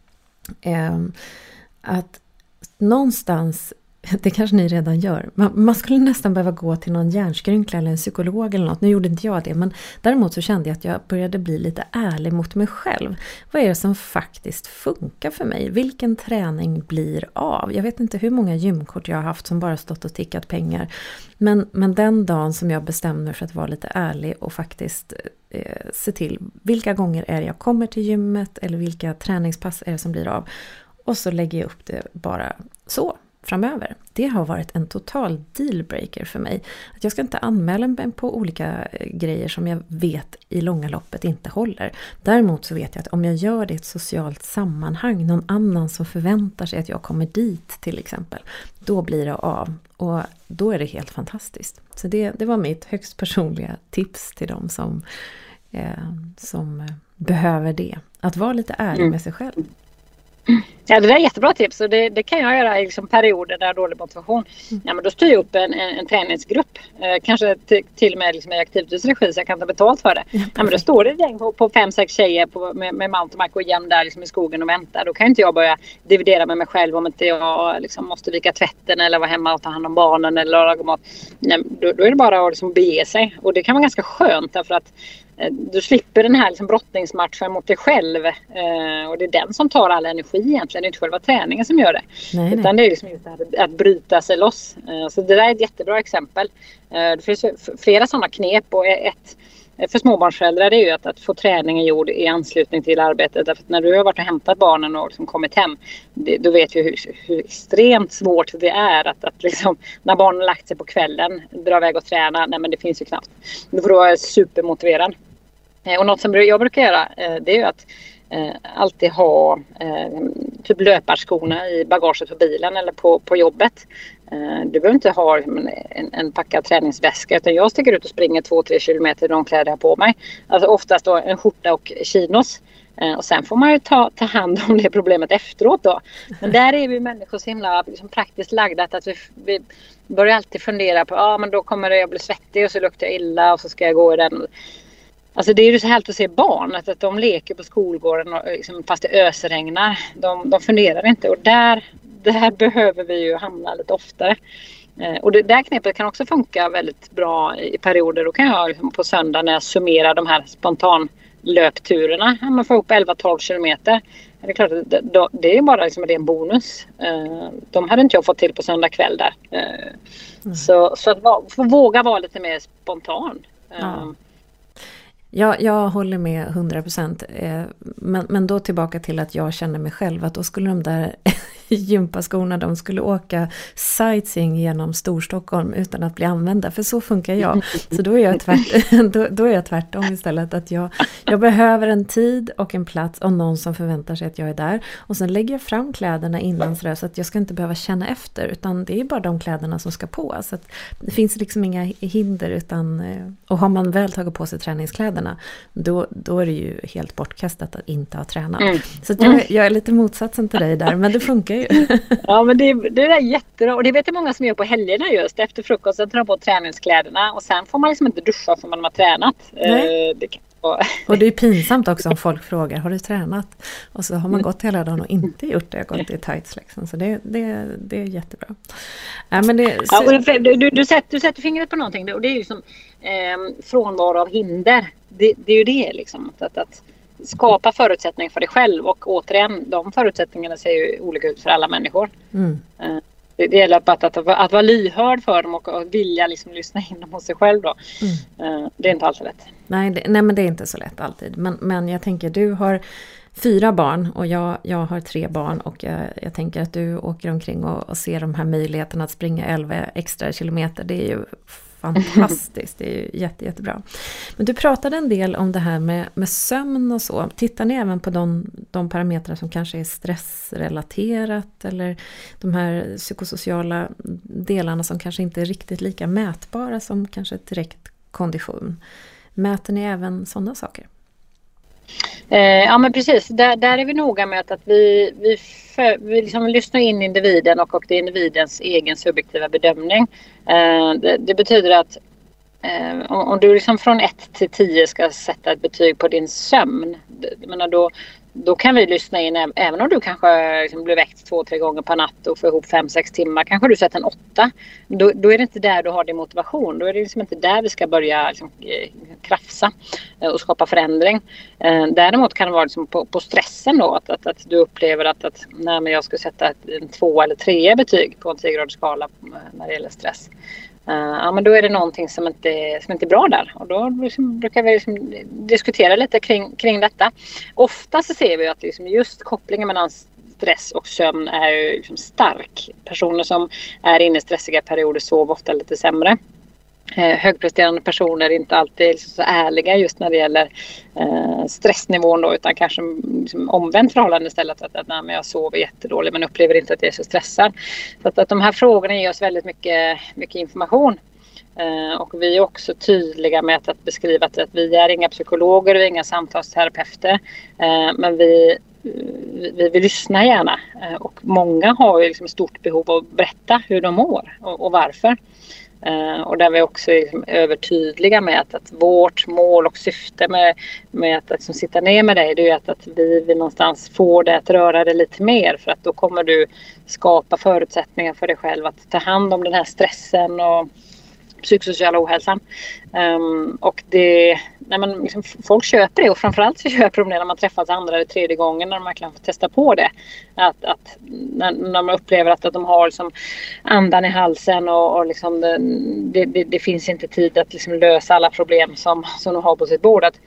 Att någonstans, det kanske ni redan gör, man skulle nästan behöva gå till någon hjärnskrynkla eller en psykolog eller något. Nu gjorde inte jag det, men däremot så kände jag att jag började bli lite ärlig mot mig själv. Vad är det som faktiskt funkar för mig? Vilken träning blir av? Jag vet inte hur många gymkort jag har haft som bara stått och tickat pengar. Men den dagen som jag bestämde mig för att vara lite ärlig och faktiskt se till vilka gånger är det jag kommer till gymmet, eller vilka träningspass är det som blir av. Och så lägger jag upp det bara så framöver. Det har varit en total dealbreaker för mig. Att jag ska inte anmäla mig på olika grejer som jag vet i långa loppet inte håller. Däremot så vet jag att om jag gör det i ett socialt sammanhang, någon annan som förväntar sig att jag kommer dit till exempel, då blir det av. Och då är det helt fantastiskt. Så det var mitt högst personliga tips till dem som behöver det. Att vara lite ärlig med sig själv. Ja, det där är jättebra tips, och det kan jag göra i liksom perioder där jag har dålig motivation. Ja, men då styr jag upp en träningsgrupp, kanske till och med liksom i aktivitetsregi, så jag kan ta betalt för det. Ja, men då står det ett gäng på 5-6 tjejer med mountainbike och jämn där liksom i skogen och väntar. Då kan inte jag börja dividera med mig själv om inte jag liksom måste vika tvätten eller vara hemma och ta hand om barnen eller laga mat. Nej, då är det bara att liksom bege sig, och det kan vara ganska skönt, därför att du slipper den här liksom brottningsmatchen mot dig själv, och det är den som tar all energi egentligen. Det är inte själva träningen som gör det. Utan det är liksom just att bryta sig loss. Så det där är ett jättebra exempel. Det finns flera sådana knep, och ett för småbarnsföräldrar är ju att få träningen gjord i anslutning till arbetet. Därför att när du har varit och hämtat barnen och liksom kommit hem, då vet du hur extremt svårt det är att liksom, när barnen har lagt sig på kvällen, dra iväg och träna. Nej, men det finns ju knappt. Då får du vara supermotiverad. Och något som jag brukar göra, det är ju att alltid ha typ löparskorna i bagaget på bilen eller på jobbet. Du behöver inte ha en packad träningsväska, utan jag sticker ut och springer 2-3 kilometer i de kläder jag har på mig. Alltså oftast då en skjorta och chinos. Och sen får man ju ta hand om det problemet efteråt då. Men där är vi människor så himla liksom praktiskt lagda att vi börjar alltid fundera på men då kommer jag bli svettig och så luktar jag illa och så ska jag gå i den. Alltså det är ju så härligt att se barn att de leker på skolgården och liksom, fast det ösregnar. De funderar inte, och där behöver vi ju hamna lite oftare. Och det där knepet kan också funka väldigt bra i perioder. Då kan jag liksom, på söndag när jag summerar de här spontanlöpturerna, man får ihop 11-12 kilometer. Det är klart att det är bara liksom, det är en bonus. De hade inte jag fått till på söndag kväll där. Så att våga vara lite mer spontan. Jag håller med 100%. Men då tillbaka till att jag känner mig själv, att då skulle de där gympaskorna, de skulle åka sightseeing genom Storstockholm utan att bli använda. För så funkar jag. Så då är jag tvärtom istället. Att Jag behöver en tid och en plats och någon som förväntar sig att jag är där. Och sen lägger jag fram kläderna innan så att jag ska inte behöva känna efter. Utan det är bara de kläderna som ska på. Så att det finns liksom inga hinder. Och har man väl tagit på sig träningskläderna, då är det ju helt bortkastat att inte ha tränat. Så att jag är lite motsatsen till dig där, men det funkar ju. Ja, men det är jättebra. Och det vet jag många som gör på helgerna just. Efter frukosten tar på träningskläderna och sen får man liksom inte duscha för man har tränat. Och det är pinsamt också om folk frågar, har du tränat? Och så har man gått hela dagen och inte gjort det, gått i tights liksom. Så det är jättebra. Men du sätter fingret på någonting och det är ju som frånvaro av hinder. Det är ju det liksom, att skapa förutsättningar för dig själv, och återigen, de förutsättningarna ser ju olika ut för alla människor. Det gäller att vara lyhörd för dem och vilja liksom lyssna in dem hos sig själv då. Det är inte alltid lätt. Nej, men det är inte så lätt alltid. Men jag tänker, du har 4 barn och jag har 3 barn, och jag tänker att du åker omkring och ser de här möjligheterna att springa 11 extra kilometer. Det är ju fantastiskt, det är ju jättebra. Men du pratade en del om det här med sömn och så. Tittar ni även på de parametrar som kanske är stressrelaterat, eller de här psykosociala delarna som kanske inte är riktigt lika mätbara som kanske direkt kondition? Mäter ni även sådana saker? Ja, men precis. Där är vi noga med att vi liksom lyssnar in individen och det är individens egen subjektiva bedömning. Det betyder att om du liksom från 1 till 10 ska sätta ett betyg på din sömn, då kan vi lyssna in, även om du kanske liksom blir väckt 2-3 gånger per natt och får ihop 5-6 timmar, kanske du sätter en 8. Då är det inte där du har din motivation. Då är det liksom inte där vi ska börja liksom krafsa och skapa förändring. Däremot kan det vara liksom på stressen då, att du upplever att nej, men jag ska sätta en 2 eller 3 betyg på en 10-gradig skala när det gäller stress. Ja, men då är det någonting som inte är bra där, och då liksom brukar vi liksom diskutera lite kring detta. Ofta så ser vi att liksom just kopplingen mellan stress och sömn är ju liksom stark. Personer som är inne i stressiga perioder sover ofta lite sämre. Högpresterande personer är inte alltid liksom så ärliga just när det gäller stressnivån då, utan kanske liksom omvänt förhållande istället, att nej, men jag sover jättedåligt men upplever inte att jag är så stressad. Så att de här frågorna ger oss väldigt mycket information. Och vi är också tydliga med att beskriva att vi är inga psykologer, vi är inga samtalsterapeuter, men vi lyssnar gärna, och många har ju liksom liksom stort behov av att berätta hur de mår och varför. Och där vi också är liksom övertydliga med att vårt mål och syfte med att liksom sitta ner med dig, det är att vi någonstans får det att röra dig lite mer, för att då kommer du skapa förutsättningar för dig själv att ta hand om den här stressen och psykosociala ohälsan. Och liksom, folk köper det, och framförallt så köper de det när man träffas andra eller tredje gången, när de verkligen får testa på det. När man upplever att de har liksom andan i halsen och liksom det finns inte tid att liksom lösa alla problem som de har på sitt bord. Att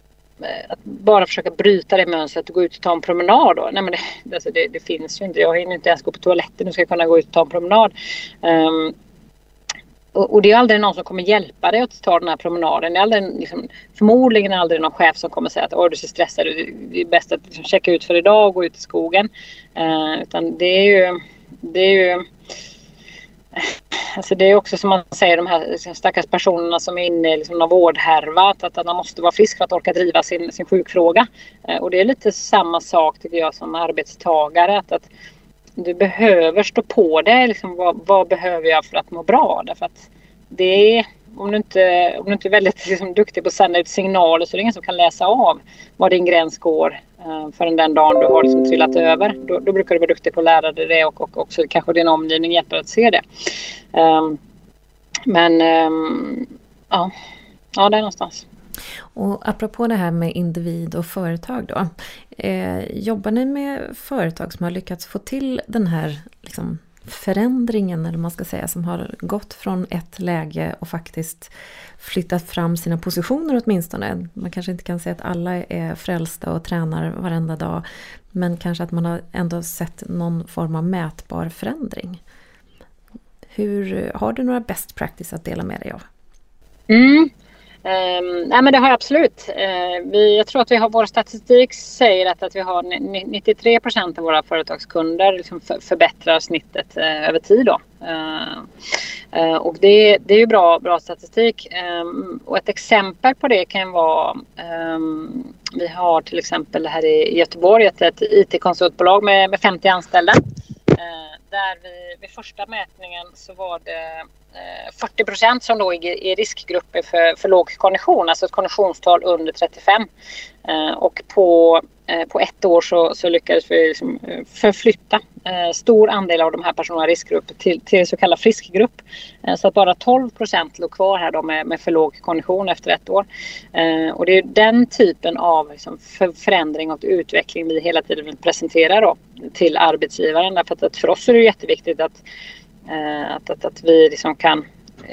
bara försöka bryta det mönstret och gå ut och ta en promenad då. Nej, men det finns ju inte. Jag hinner inte ens gå på toaletten, nu ska jag kunna gå ut och ta en promenad. Och det är aldrig någon som kommer hjälpa dig att ta den här promenaden. Det är aldrig, liksom, förmodligen aldrig någon chef som kommer säga att du är så stressad, det är bäst att liksom checka ut för idag och gå ut i skogen. Utan det är ju alltså det är också som man säger, de här liksom stackars personerna som är inne i liksom någon vårdhärva, att man måste vara frisk för att orka driva sin sjukfråga. Och det är lite samma sak tycker jag som arbetstagare, att du behöver stå på det. Liksom, vad behöver jag för att må bra? Därför att det är, om du inte är väldigt liksom, duktig på att sända ut signaler, så är det ingen som kan läsa av var din gräns går förrän den dagen du har liksom trillat över. Då brukar du vara duktig på att lära dig det, och också kanske din omgivning hjälper att se det. Ja, det är någonstans. Och apropå det här med individ och företag då. Jobbar ni med företag som har lyckats få till den här liksom, förändringen, eller man ska säga, som har gått från ett läge och faktiskt flyttat fram sina positioner åtminstone? Man kanske inte kan säga att alla är frälsta och tränar varenda dag, men kanske att man har ändå sett någon form av mätbar förändring. Har du några best practice att dela med dig av? Nej, men det har jag absolut. Jag tror att vi har, vår statistik säger att vi har 93% av våra företagskunder liksom förbättrar snittet över tid då. Och det är ju bra statistik. Och ett exempel på det kan vara, vi har till exempel här i Göteborg ett IT-konsultbolag med 50 anställda. Där vid första mätningen så var det 40% som låg i riskgrupper för låg kondition, alltså ett konditionstal under 35. Och på ett år så lyckades vi liksom förflytta stor andel av de här personerna i riskgrupp till så kallad friskgrupp. Så att bara 12% låg kvar här då med för låg kondition efter ett år. Och det är den typen av liksom förändring och utveckling vi hela tiden vill presentera då till arbetsgivaren. Därför att för oss är det jätteviktigt att vi liksom kan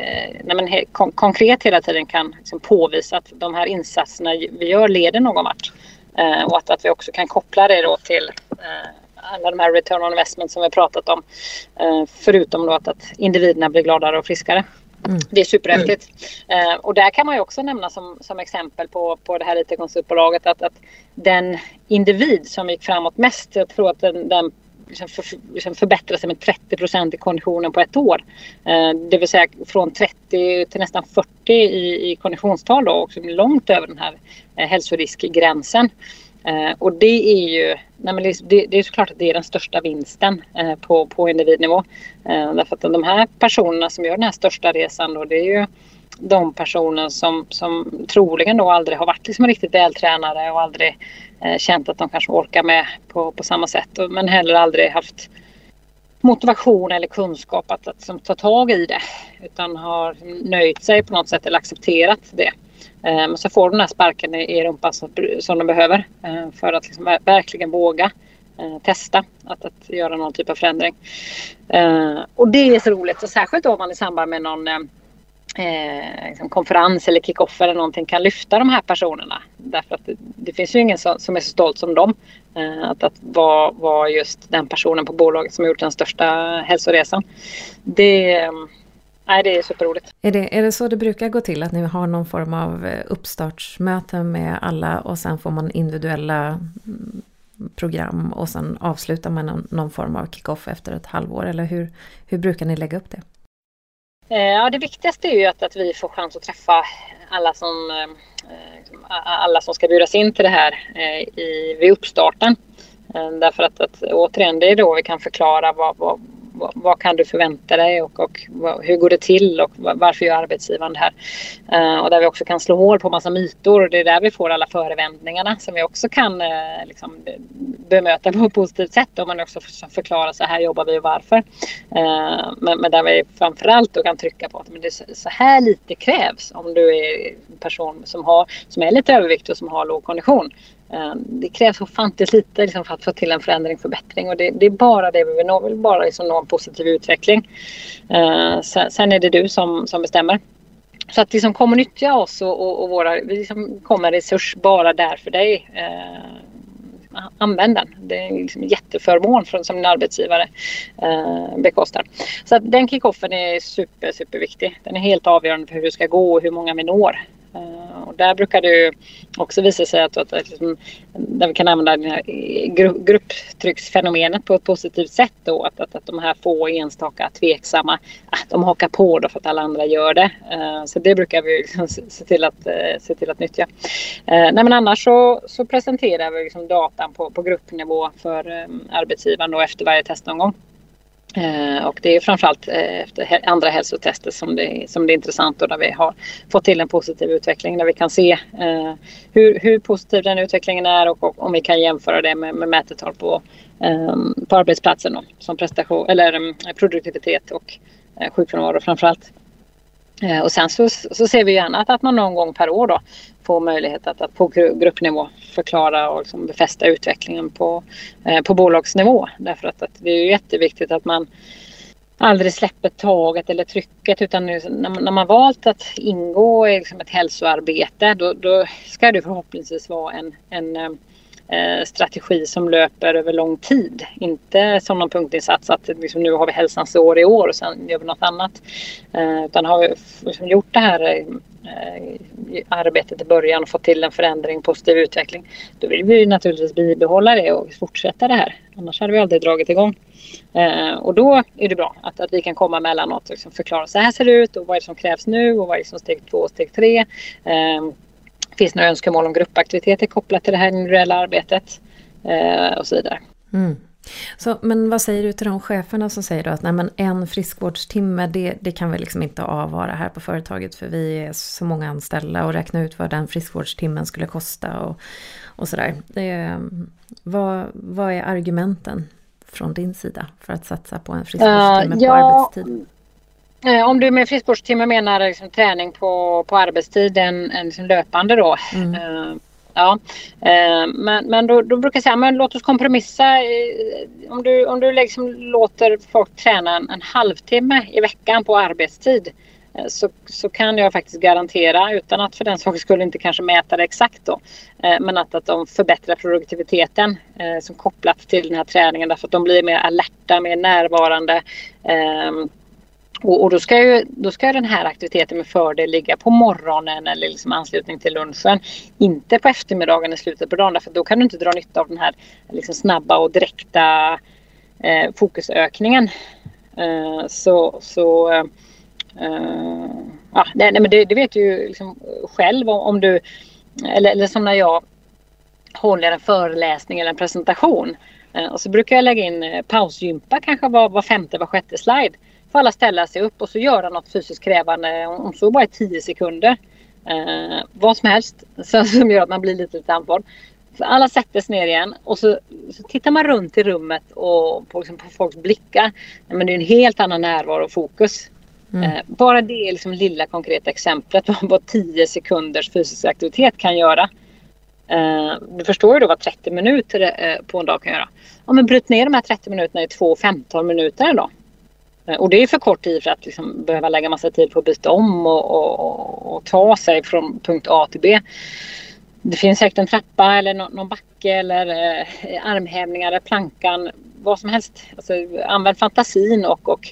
konkret hela tiden kan liksom påvisa att de här insatserna vi gör leder någon vart. Och att vi också kan koppla det då till alla de här return on investment som vi har pratat om. Förutom då att individerna blir gladare och friskare. Det är superhäftigt. Och där kan man ju också nämna som exempel på det här IT-konsultbolaget att den individ som gick framåt mest, jag tror att den liksom förbättra sig med 30% i konditionen på ett år. Det vill säga från 30 till nästan 40 i konditionstal då, också långt över den här hälsoriskgränsen. Och det är ju det är såklart att det är den största vinsten på individnivå. Därför att de här personerna som gör den här största resan då, det är ju de personer som troligen då aldrig har varit liksom riktigt vältränade och aldrig känt att de kanske orkar med på samma sätt. Men heller aldrig haft motivation eller kunskap att ta tag i det. Utan har nöjt sig på något sätt eller accepterat det. Men så får de den här sparken i rumpan som de behöver för att liksom verkligen våga testa att göra någon typ av förändring. Och det är så roligt. Och särskilt om man i samband med någon liksom konferens eller kick-off eller någonting kan lyfta de här personerna. Därför att det finns ju ingen som är så stolt som dem. Att vara just den personen på bolaget som har gjort den största hälsoresan. Det är superroligt. Är det så det brukar gå till? Att ni har någon form av uppstartsmöten med alla och sen får man individuella program och sen avslutar man någon form av kick-off efter ett halvår? Eller hur brukar ni lägga upp det? Ja, det viktigaste är ju att vi får chans att träffa alla som ska bjudas in till det här vid uppstarten. Därför att återigen, det är då vi kan förklara vad kan du förvänta dig och hur går det till och varför gör arbetsgivaren det här. Och där vi också kan slå hål på massa mytor. Det är där vi får alla förevändningarna som vi också kan liksom bemöta på ett positivt sätt. Och man också förklara så här jobbar vi och varför. Men där vi framförallt då kan trycka på att men det är så här lite krävs om du är en person som är lite överviktig och som har låg kondition. Det krävs ofantligt lite liksom, för att få till en förändring, förbättring. Och det är bara det vi vill nå. Vi vill bara liksom, nå en positiv utveckling. Sen är det du som bestämmer. Så att liksom kommer nyttja oss och vi liksom kommer resurs bara där för dig. Använd den. Det är liksom en jätteförmån som en arbetsgivare bekostar. Så att den kickoffen är superviktig. Den är helt avgörande för hur det ska gå och hur många vi når. Och där brukar det också visa sig att liksom, där vi kan använda det här grupptrycksfenomenet på ett positivt sätt då, att de här få enstaka tveksamma, de hakar på då för att alla andra gör det. Så det brukar vi liksom se till att nyttja. Men annars så presenterar vi liksom datan på gruppnivå för arbetsgivaren då efter varje testomgång. Och det är framförallt efter andra hälsotester som det är intressant och där vi har fått till en positiv utveckling där vi kan se hur positiv den utvecklingen är och om vi kan jämföra det med mätetal på arbetsplatsen då, som prestation eller produktivitet och sjukfrånvaro framförallt. Och sen så ser vi gärna att man någon gång per år då får möjlighet att på gruppnivå förklara och liksom befästa utvecklingen på bolagsnivå. Därför att det är ju jätteviktigt att man aldrig släpper taget eller trycket utan när man valt att ingå i liksom ett hälsoarbete då ska det förhoppningsvis vara strategi som löper över lång tid. Inte som någon punktinsats att liksom, nu har vi hälsans år i år och sen gör vi något annat. Utan har vi liksom gjort det här arbetet i början och fått till en förändring, positiv utveckling, då vill vi naturligtvis bibehålla det och fortsätta det här. Annars hade vi aldrig dragit igång. Och då är det bra att vi kan komma emellanåt och liksom förklara så här ser det ut och vad är det som krävs nu och vad är det som steg 2 och steg 3. Finns några önskemål om gruppaktiviteter kopplat till det här individuella arbetet och så vidare. Mm. Så, men vad säger du till de cheferna som säger då att nej, men en friskvårdstimme det kan vi liksom inte avvara här på företaget för vi är så många anställda och räkna ut vad den friskvårdstimmen skulle kosta och sådär. Vad är argumenten från din sida för att satsa på en friskvårdstimme på arbetstid? Om du med friskvårdstimme menar liksom träning på arbetstid, en liksom löpande då. Men då brukar jag säga, men låt oss kompromissa. Om du liksom låter folk träna en halvtimme i veckan på arbetstid så kan jag faktiskt garantera, utan att för den saken skulle inte kanske mäta det exakt då, men att de förbättrar produktiviteten som kopplat till den här träningen därför att de blir mer alerta, mer närvarande. Och då ska den här aktiviteten med fördel ligga på morgonen eller liksom anslutning till lunchen. Inte på eftermiddagen i slutet på dagen. För då kan du inte dra nytta av den här liksom snabba och direkta fokusökningen. Men det vet du ju liksom själv om du... Eller som när jag håller en föreläsning eller en presentation. Och så brukar jag lägga in pausgympa kanske var femte, var sjätte slide. Får alla ställa sig upp och så göra något fysiskt krävande om så bara 10 sekunder. Vad som helst som gör att man blir lite andfådd. Alla sätter sig ner igen och så tittar man runt i rummet och på folks blickar. Men det är en helt annan närvaro och fokus. Bara det är liksom lilla konkreta exemplet vad 10 sekunders fysisk aktivitet kan göra. Du förstår ju då vad 30 minuter på en dag kan göra. Ja, men bryt ner de här 30 minuterna i 2-15 minuter en dag. Och det är för kort tid för att liksom behöva lägga massa tid på att byta om och ta sig från punkt A till B. Det finns säkert en trappa eller någon backe eller armhävningar eller plankan, vad som helst. Alltså, använd fantasin och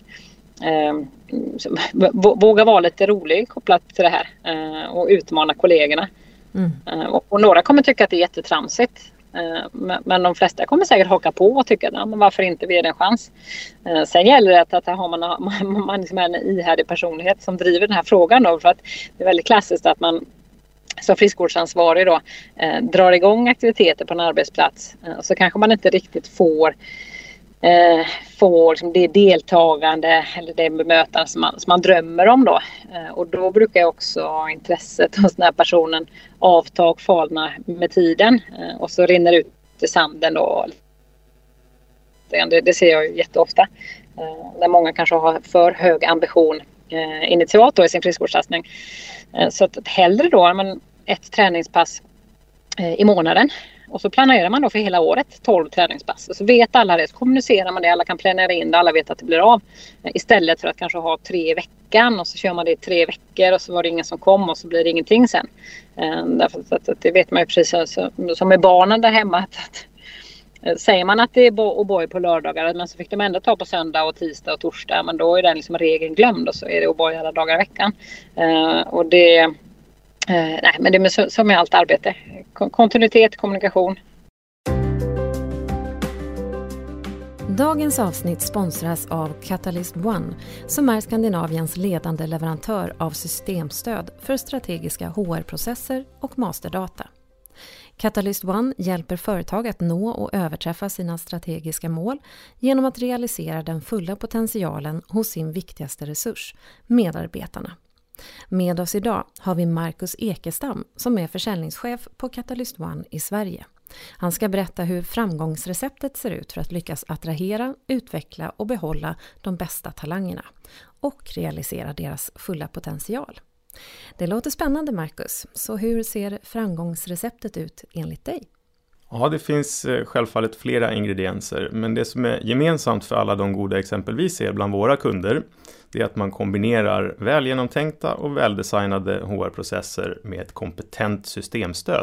våga vara lite rolig kopplat till det här och utmana kollegorna. Och några kommer tycka att det är jättetramsigt. Men de flesta kommer säkert haka på och tycka att men varför inte vi ger en chans. Sen gäller det att har man liksom en ihärdig personlighet som driver den här frågan då, för att det är väldigt klassiskt att man som friskvårdsansvarig då drar igång aktiviteter på en arbetsplats så kanske man inte riktigt får liksom det deltagande eller det bemötande som man drömmer om då. Och då brukar jag också intresset hos den här personen avta och falna med tiden. Och så rinner ut i sanden då. Det ser jag ju jätteofta. Där många kanske har för hög ambition initialt då i sin friskvårdssatsning. Så att hellre då ett träningspass i månaden. Och så planerar man då för hela året 12 träningspass. Och så vet alla det, så kommunicerar man det, alla kan planera in det, alla vet att det blir av. Istället för att kanske ha 3 i veckan och så kör man det i 3 veckor och så var det ingen som kom och så blir det ingenting sen. Därför att det vet man ju precis som med barnen där hemma. Säger man att det är O'boy på lördagar men så fick de ändå ta på söndag och tisdag och torsdag, men då är den liksom regeln glömd och så är det O'boy alla dagar i veckan. Och det... Nej, men det är som med allt arbete. Kontinuitet, kommunikation. Dagens avsnitt sponsras av Catalyst One som är Skandinaviens ledande leverantör av systemstöd för strategiska HR-processer och masterdata. Catalyst One hjälper företag att nå och överträffa sina strategiska mål genom att realisera den fulla potentialen hos sin viktigaste resurs, medarbetarna. Med oss idag har vi Marcus Ekestam som är försäljningschef på Catalyst One i Sverige. Han ska berätta hur framgångsreceptet ser ut för att lyckas attrahera, utveckla och behålla de bästa talangerna och realisera deras fulla potential. Det låter spännande, Marcus, så hur ser framgångsreceptet ut enligt dig? Ja, det finns självfallet flera ingredienser, men det som är gemensamt för alla de goda exempel vi ser bland våra kunder, det är att man kombinerar väl genomtänkta och väldesignade HR-processer med ett kompetent systemstöd.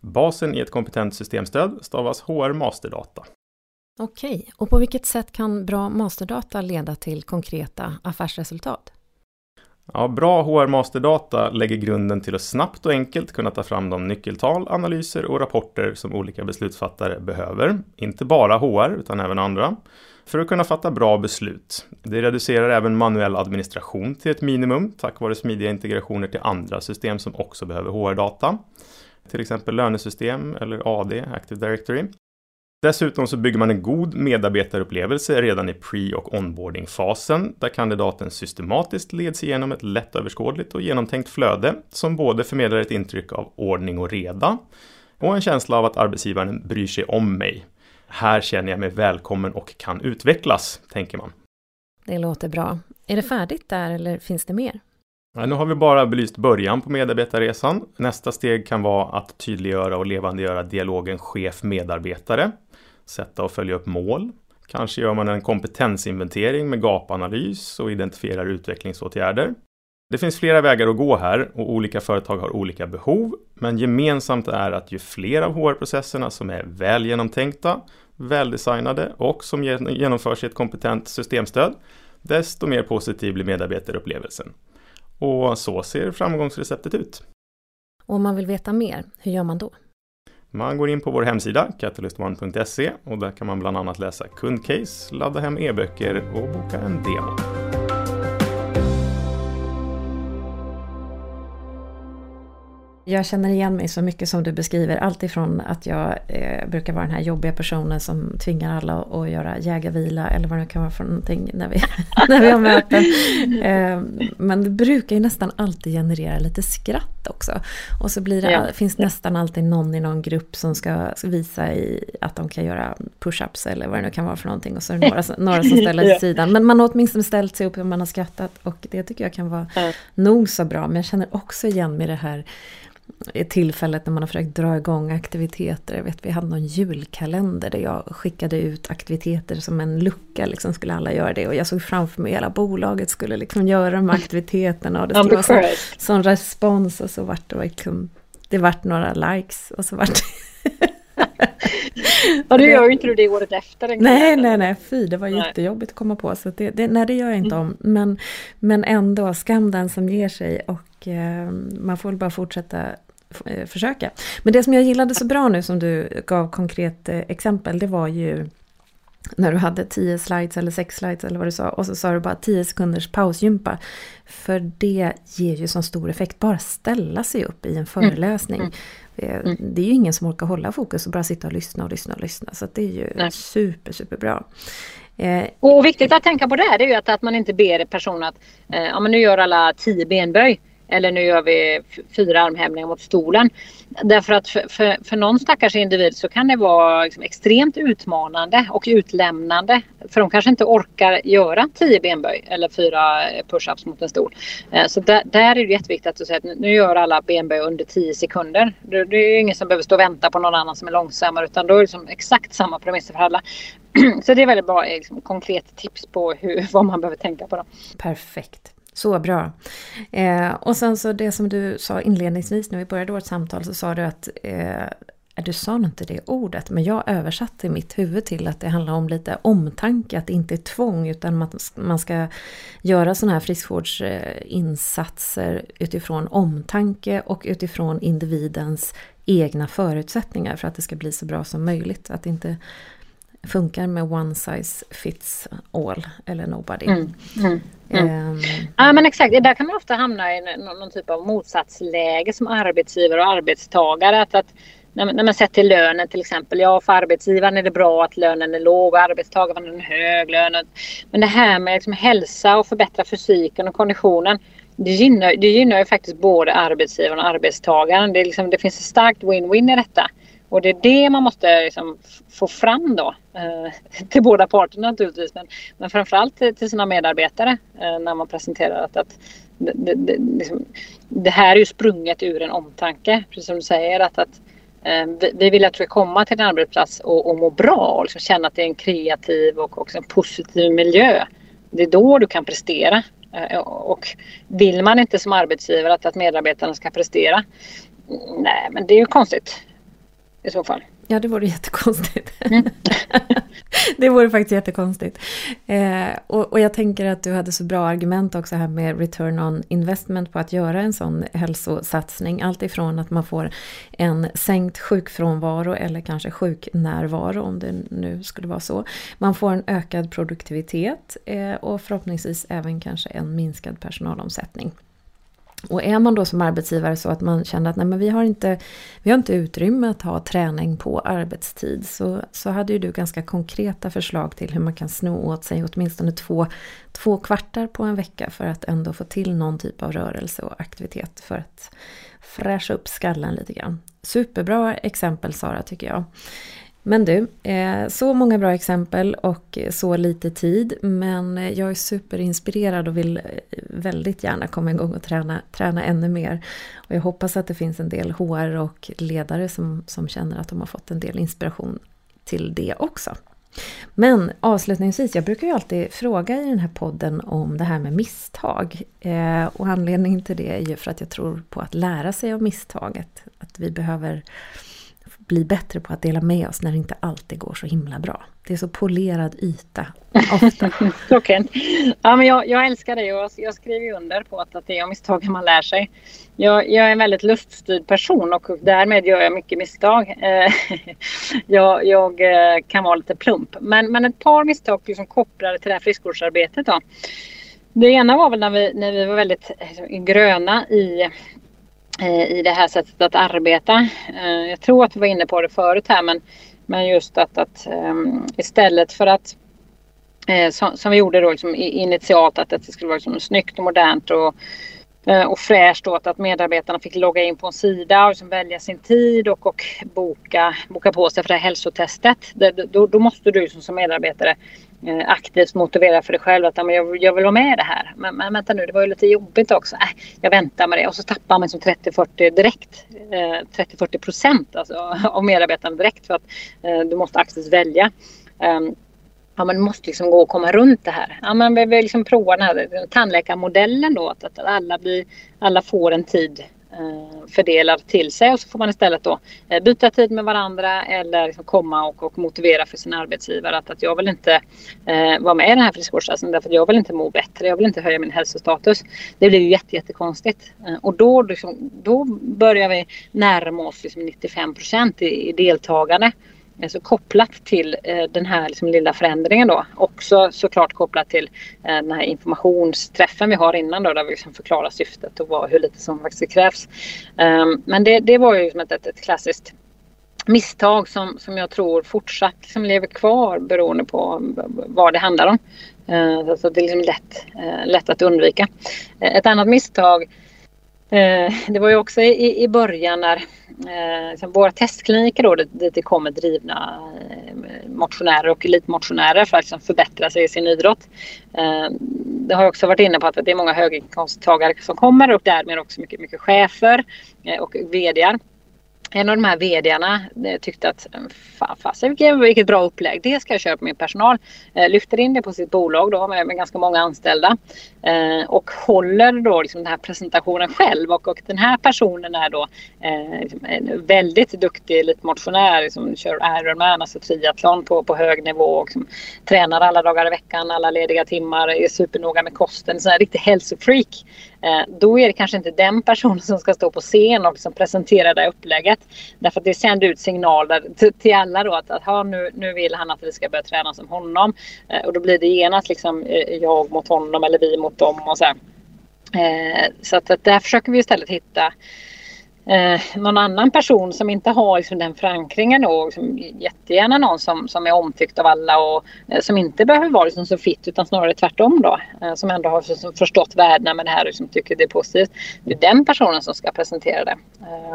Basen i ett kompetent systemstöd stavas HR Masterdata. Okej, och på vilket sätt kan bra masterdata leda till konkreta affärsresultat? Ja, bra HR Masterdata lägger grunden till att snabbt och enkelt kunna ta fram de nyckeltal, analyser och rapporter som olika beslutsfattare behöver. Inte bara HR utan även andra. För att kunna fatta bra beslut. Det reducerar även manuell administration till ett minimum tack vare smidiga integrationer till andra system som också behöver HR-data. Till exempel lönesystem eller AD, Active Directory. Dessutom så bygger man en god medarbetarupplevelse redan i pre- och onboarding-fasen där kandidaten systematiskt leds igenom ett lättöverskådligt och genomtänkt flöde som både förmedlar ett intryck av ordning och reda och en känsla av att arbetsgivaren bryr sig om mig. Här känner jag mig välkommen och kan utvecklas, tänker man. Det låter bra. Är det färdigt där eller finns det mer? Ja, nu har vi bara belyst början på medarbetarresan. Nästa steg kan vara att tydliggöra och levandegöra dialogen chef-medarbetare. Sätta och följa upp mål. Kanske gör man en kompetensinventering med gapanalys och identifierar utvecklingsåtgärder. Det finns flera vägar att gå här och olika företag har olika behov. Men gemensamt är att ju fler av HR-processerna som är väl genomtänkta, väldesignade och som genomförs i ett kompetent systemstöd, desto mer positiv blir medarbetarupplevelsen. Och så ser framgångsreceptet ut. Och om man vill veta mer, hur gör man då? Man går in på vår hemsida catalystone.se och där kan man bland annat läsa kundcase, ladda hem e-böcker och boka en demo. Jag känner igen mig så mycket som du beskriver. Allt ifrån att jag brukar vara den här jobbiga personen som tvingar alla att göra jägarvila eller vad det kan vara för någonting när vi har möten. Men det brukar ju nästan alltid generera lite skratt också. Och så blir det, finns nästan alltid någon i någon grupp som ska visa att de kan göra push-ups eller vad det nu kan vara för någonting. Och så är det några som ställer till sidan. Men man har åtminstone ställt sig upp och man har skrattat. Och det tycker jag kan vara nog så bra. Men jag känner också igen med det här tillfället när man har försökt dra igång aktiviteter. Jag vet, vi hade någon julkalender där jag skickade ut aktiviteter som en lucka, liksom skulle alla göra det. Och jag såg framför mig hela bolaget skulle liksom göra de aktiviteterna och det skulle vara sån respons och så vart det liksom, det vart några likes och så vart Ja, du gör ju inte det året efter. Nej, fy, det var jättejobbigt att komma på. Så det gör jag inte om. Men ändå, skam den som ger sig och man får väl bara fortsätta försöka. Men det som jag gillade så bra nu som du gav konkret exempel, det var ju när du hade 10 slides eller 6 slides eller vad du sa och så sa du bara 10 sekunders pausgympa. För det ger ju sån stor effekt. Bara ställa sig upp i en föreläsning. Det är ju ingen som orkar hålla fokus och bara sitta och lyssna. Så det är ju superbra. Och viktigt att tänka på det här, det är ju att man inte ber personen att men nu gör alla 10 benböj. Eller nu gör vi 4 armhävningar mot stolen. Därför att för någon stackars individ så kan det vara liksom extremt utmanande och utlämnande. För de kanske inte orkar göra 10 benböj eller 4 push-ups mot en stol. Så där är det jätteviktigt att säga att nu gör alla benböj under 10 sekunder. Det är ju ingen som behöver stå och vänta på någon annan som är långsammare. Utan då är det liksom exakt samma premisser för alla. Så det är väldigt bra liksom, konkret tips på vad man behöver tänka på. Då. Perfekt. Så bra. Och sen så det som du sa inledningsvis när vi började vårt samtal så sa du att du sa inte det ordet men jag översatte mitt huvud till att det handlar om lite omtanke, att det inte är tvång utan att man ska göra sådana här friskvårdsinsatser utifrån omtanke och utifrån individens egna förutsättningar för att det ska bli så bra som möjligt. Att det inte funkar med one size fits all eller nobody. Ja men exakt, där kan man ofta hamna i någon typ av motsatsläge som arbetsgivare och arbetstagare. Att när man sätter lönen till exempel, för arbetsgivaren är det bra att lönen är låg och arbetstagaren är en hög lön. Men det här med liksom hälsa och förbättra fysiken och konditionen, det gynnar ju faktiskt både arbetsgivaren och arbetstagaren. Det finns ett starkt win-win i detta. Och det är det man måste liksom få fram då till båda parterna naturligtvis. Men framförallt till sina medarbetare när man presenterar att det här är ju sprunget ur en omtanke. Precis som du säger att vi vill att du ska komma till en arbetsplats och må bra och liksom känna att det är en kreativ och också en positiv miljö. Det är då du kan prestera. Och vill man inte som arbetsgivare att medarbetarna ska prestera, nej men det är ju konstigt. i så fall. Ja, det vore jättekonstigt. Det vore faktiskt jättekonstigt. Och jag tänker att du hade så bra argument också här med return on investment på att göra en sån hälsosatsning. Allt ifrån att man får en sänkt sjukfrånvaro eller kanske sjuknärvaro om det nu skulle vara så. Man får en ökad produktivitet och förhoppningsvis även kanske en minskad personalomsättning. Och är man då som arbetsgivare så att man känner att nej, men vi har inte utrymme att ha träning på arbetstid, så hade ju du ganska konkreta förslag till hur man kan sno åt sig åtminstone två kvartar på en vecka för att ändå få till någon typ av rörelse och aktivitet för att fräscha upp skallen lite grann. Superbra exempel, Sara, tycker jag. Men du, så många bra exempel och så lite tid, men jag är superinspirerad och vill väldigt gärna komma igång och träna ännu mer. Och jag hoppas att det finns en del HR och ledare som känner att de har fått en del inspiration till det också. Men avslutningsvis, jag brukar ju alltid fråga i den här podden om det här med misstag. Och anledningen till det är ju för att jag tror på att lära sig av misstaget. Att vi behöver bli bättre på att dela med oss när det inte alltid går så himla bra. Det är så polerad yta ofta. Okej. Ja, men jag älskar det och jag skriver ju under på att det är misstagen man lär sig. Jag är en väldigt luststyrd person och därmed gör jag mycket misstag. Jag kan vara lite plump. Men ett par misstag liksom kopplade till det här friskvårdsarbetet då. Det ena var väl när vi var väldigt gröna i det här sättet att arbeta. Jag tror att vi var inne på det förut här, men just att istället för att som vi gjorde då liksom initialt att det skulle vara liksom snyggt och modernt och fräscht då, att medarbetarna fick logga in på en sida och liksom välja sin tid och boka på sig för det här hälsotestet. Då måste du som medarbetare aktivt motivera för dig själv att jag vill vara med i det här. Men vänta nu, det var ju lite jobbigt också. Jag väntar med det. Och så tappar man som 30-40 direkt. 30-40% alltså, av medarbetarna direkt för att du måste aktivt välja. Man måste liksom gå och komma runt det här. Ja, men vi vill liksom prova den här tandläkarmodellen då. Att alla får en tid fördelad till sig och så får man istället då byta tid med varandra eller liksom komma och motivera för sin arbetsgivare att jag vill inte vara med i den här friskvårdssatsningen därför att jag vill inte må bättre, jag vill inte höja min hälsostatus. Det blir ju jättekonstigt. Och då börjar vi närma oss liksom 95% i deltagande. Så kopplat till den här liksom lilla förändringen då. Också såklart kopplat till den här informationsträffen vi har innan då. Där vi liksom förklarar syftet och hur lite som faktiskt krävs. Men det var ju som ett klassiskt misstag som jag tror fortsatt liksom lever kvar beroende på vad det handlar om. Så det är liksom lätt att undvika. Ett annat misstag det var ju också i början när våra testkliniker då, dit det kommer drivna motionärer och elitmotionärer för att liksom förbättra sig i sin idrott. Det har jag också varit inne på att det är många höginkomsttagare som kommer och därmed också mycket chefer och vd:ar. En av de här vdarna tyckte att vilket bra upplägg, det ska jag köra på min personal. Lyfter in det på sitt bolag då med ganska många anställda och håller då liksom den här presentationen själv. Och den här personen är då en väldigt duktig elitmotionär som kör Ironman, alltså triathlon på hög nivå och liksom tränar alla dagar i veckan, alla lediga timmar, är supernoga med kosten, så en riktig hälsofreak. Då är det kanske inte den personen som ska stå på scen och liksom presentera det upplägget. Därför att det sänder ut signaler till alla då att nu vill han att vi ska börja träna som honom. Och då blir det genast liksom jag mot honom eller vi mot dem och så här. Så att där försöker vi istället hitta någon annan person som inte har liksom den förankringen och liksom jättegärna någon som är omtyckt av alla och som inte behöver vara liksom så fit utan snarare tvärtom då, som ändå har liksom förstått värdena med det här och som tycker det är positivt. Det är den personen som ska presentera det.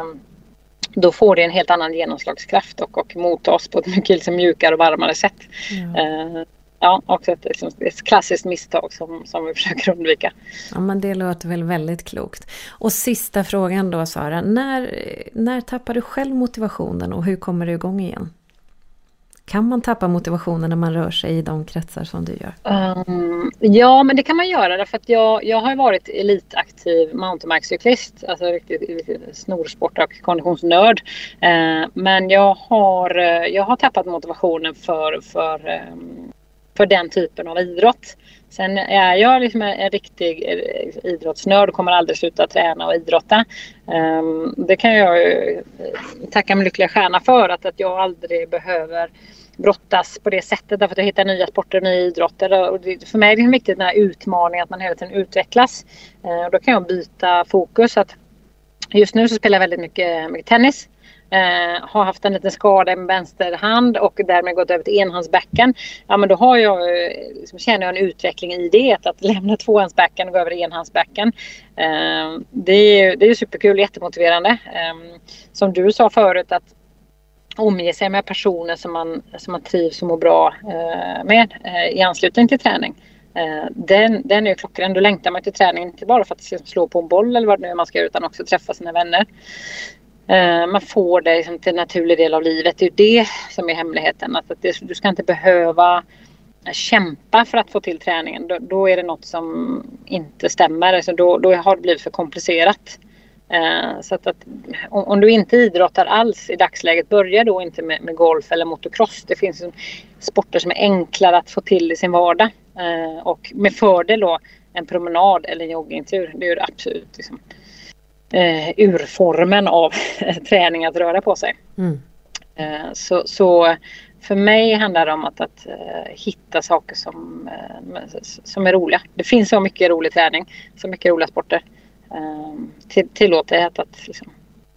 Då får det en helt annan genomslagskraft och mottas på ett mycket liksom mjukare och varmare sätt. Ja, också ett klassiskt misstag som vi försöker undvika. Ja, men det låter väl väldigt klokt. Och sista frågan då, Sara. När tappar du själv motivationen och hur kommer du igång igen? Kan man tappa motivationen när man rör sig i de kretsar som du gör? Ja, men det kan man göra därför att jag har varit elitaktiv mountainbikecyklist, alltså riktigt snorsport och konditionsnörd. Men jag har tappat motivationen för den typen av idrott. Sen är jag liksom en riktig idrottsnörd och kommer aldrig sluta träna och idrotta. Det kan jag tacka min lyckliga stjärna för, att jag aldrig behöver brottas på det sättet därför att jag hittar nya sporter och nya idrotter. Och för mig är det viktigt den här utmaningen, att man hela tiden utvecklas. Och då kan jag byta fokus. Att just nu så spelar jag väldigt mycket tennis. Har haft en liten skada i min vänsterhand och därmed gått över till enhandsbacken. Ja, men då har jag, känner jag en utveckling i det, att lämna tvåhandsbacken och gå över till enhandsbacken. Det är superkul, jättemotiverande. Som du sa förut, att omge sig med personer som man trivs och mår bra med i anslutning till träning. Den är ju klockren. Då längtar man till träningen, inte bara för att slå på en boll eller vad det nu är man ska göra, utan också träffa sina vänner. Man får det liksom till en naturlig del av livet. Det är ju det som är hemligheten. Att du ska inte behöva kämpa för att få till träningen. Då är det något som inte stämmer. Alltså då har det blivit för komplicerat. Så att om du inte idrottar alls i dagsläget, börja då inte med golf eller motocross. Det finns sporter som är enklare att få till i sin vardag. Och med fördel då en promenad eller en joggingtur. Det är ju absolut liksom urformen av träning att röra på sig. Så för mig handlar det om att hitta saker som är roliga. Det finns så mycket rolig träning, så mycket roliga sporter. Tillåter att liksom,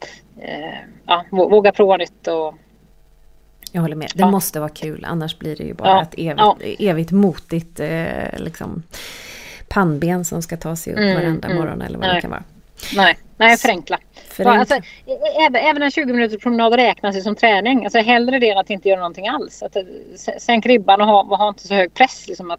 våga prova nytt. Och jag håller med. Det måste vara kul, annars blir det ju bara ett evigt motigt liksom, pannben som ska ta sig upp varenda morgon eller vad det kan vara. Nej, förenkla. Alltså, även en 20 minuters promenad räknas ju som träning. Alltså, hellre det än att inte göra någonting alls. Att sänk ribban och ha inte så hög press. Liksom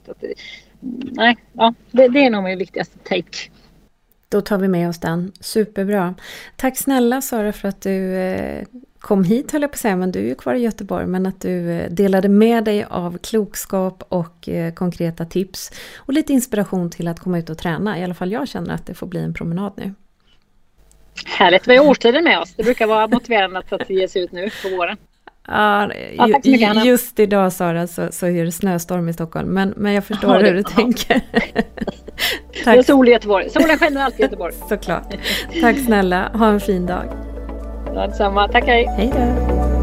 det är nog min viktigaste take. Då tar vi med oss den. Superbra. Tack snälla Sara för att du kom hit, höll jag på att säga, men du är ju kvar i Göteborg, men att du delade med dig av klokskap och konkreta tips och lite inspiration till att komma ut och träna. I alla fall jag känner att det får bli en promenad nu. Härligt, vi har årstiden med oss. Det brukar vara motiverande att ge sig ut nu på våren. Ja, just idag Sara så är det snöstorm i Stockholm, men jag förstår hur du tänker. Det är sol i Göteborg. Solen skiner alltid i Göteborg. Såklart. Tack snälla, ha en fin dag. Ja, detsamma. Tack, hej. Hej då.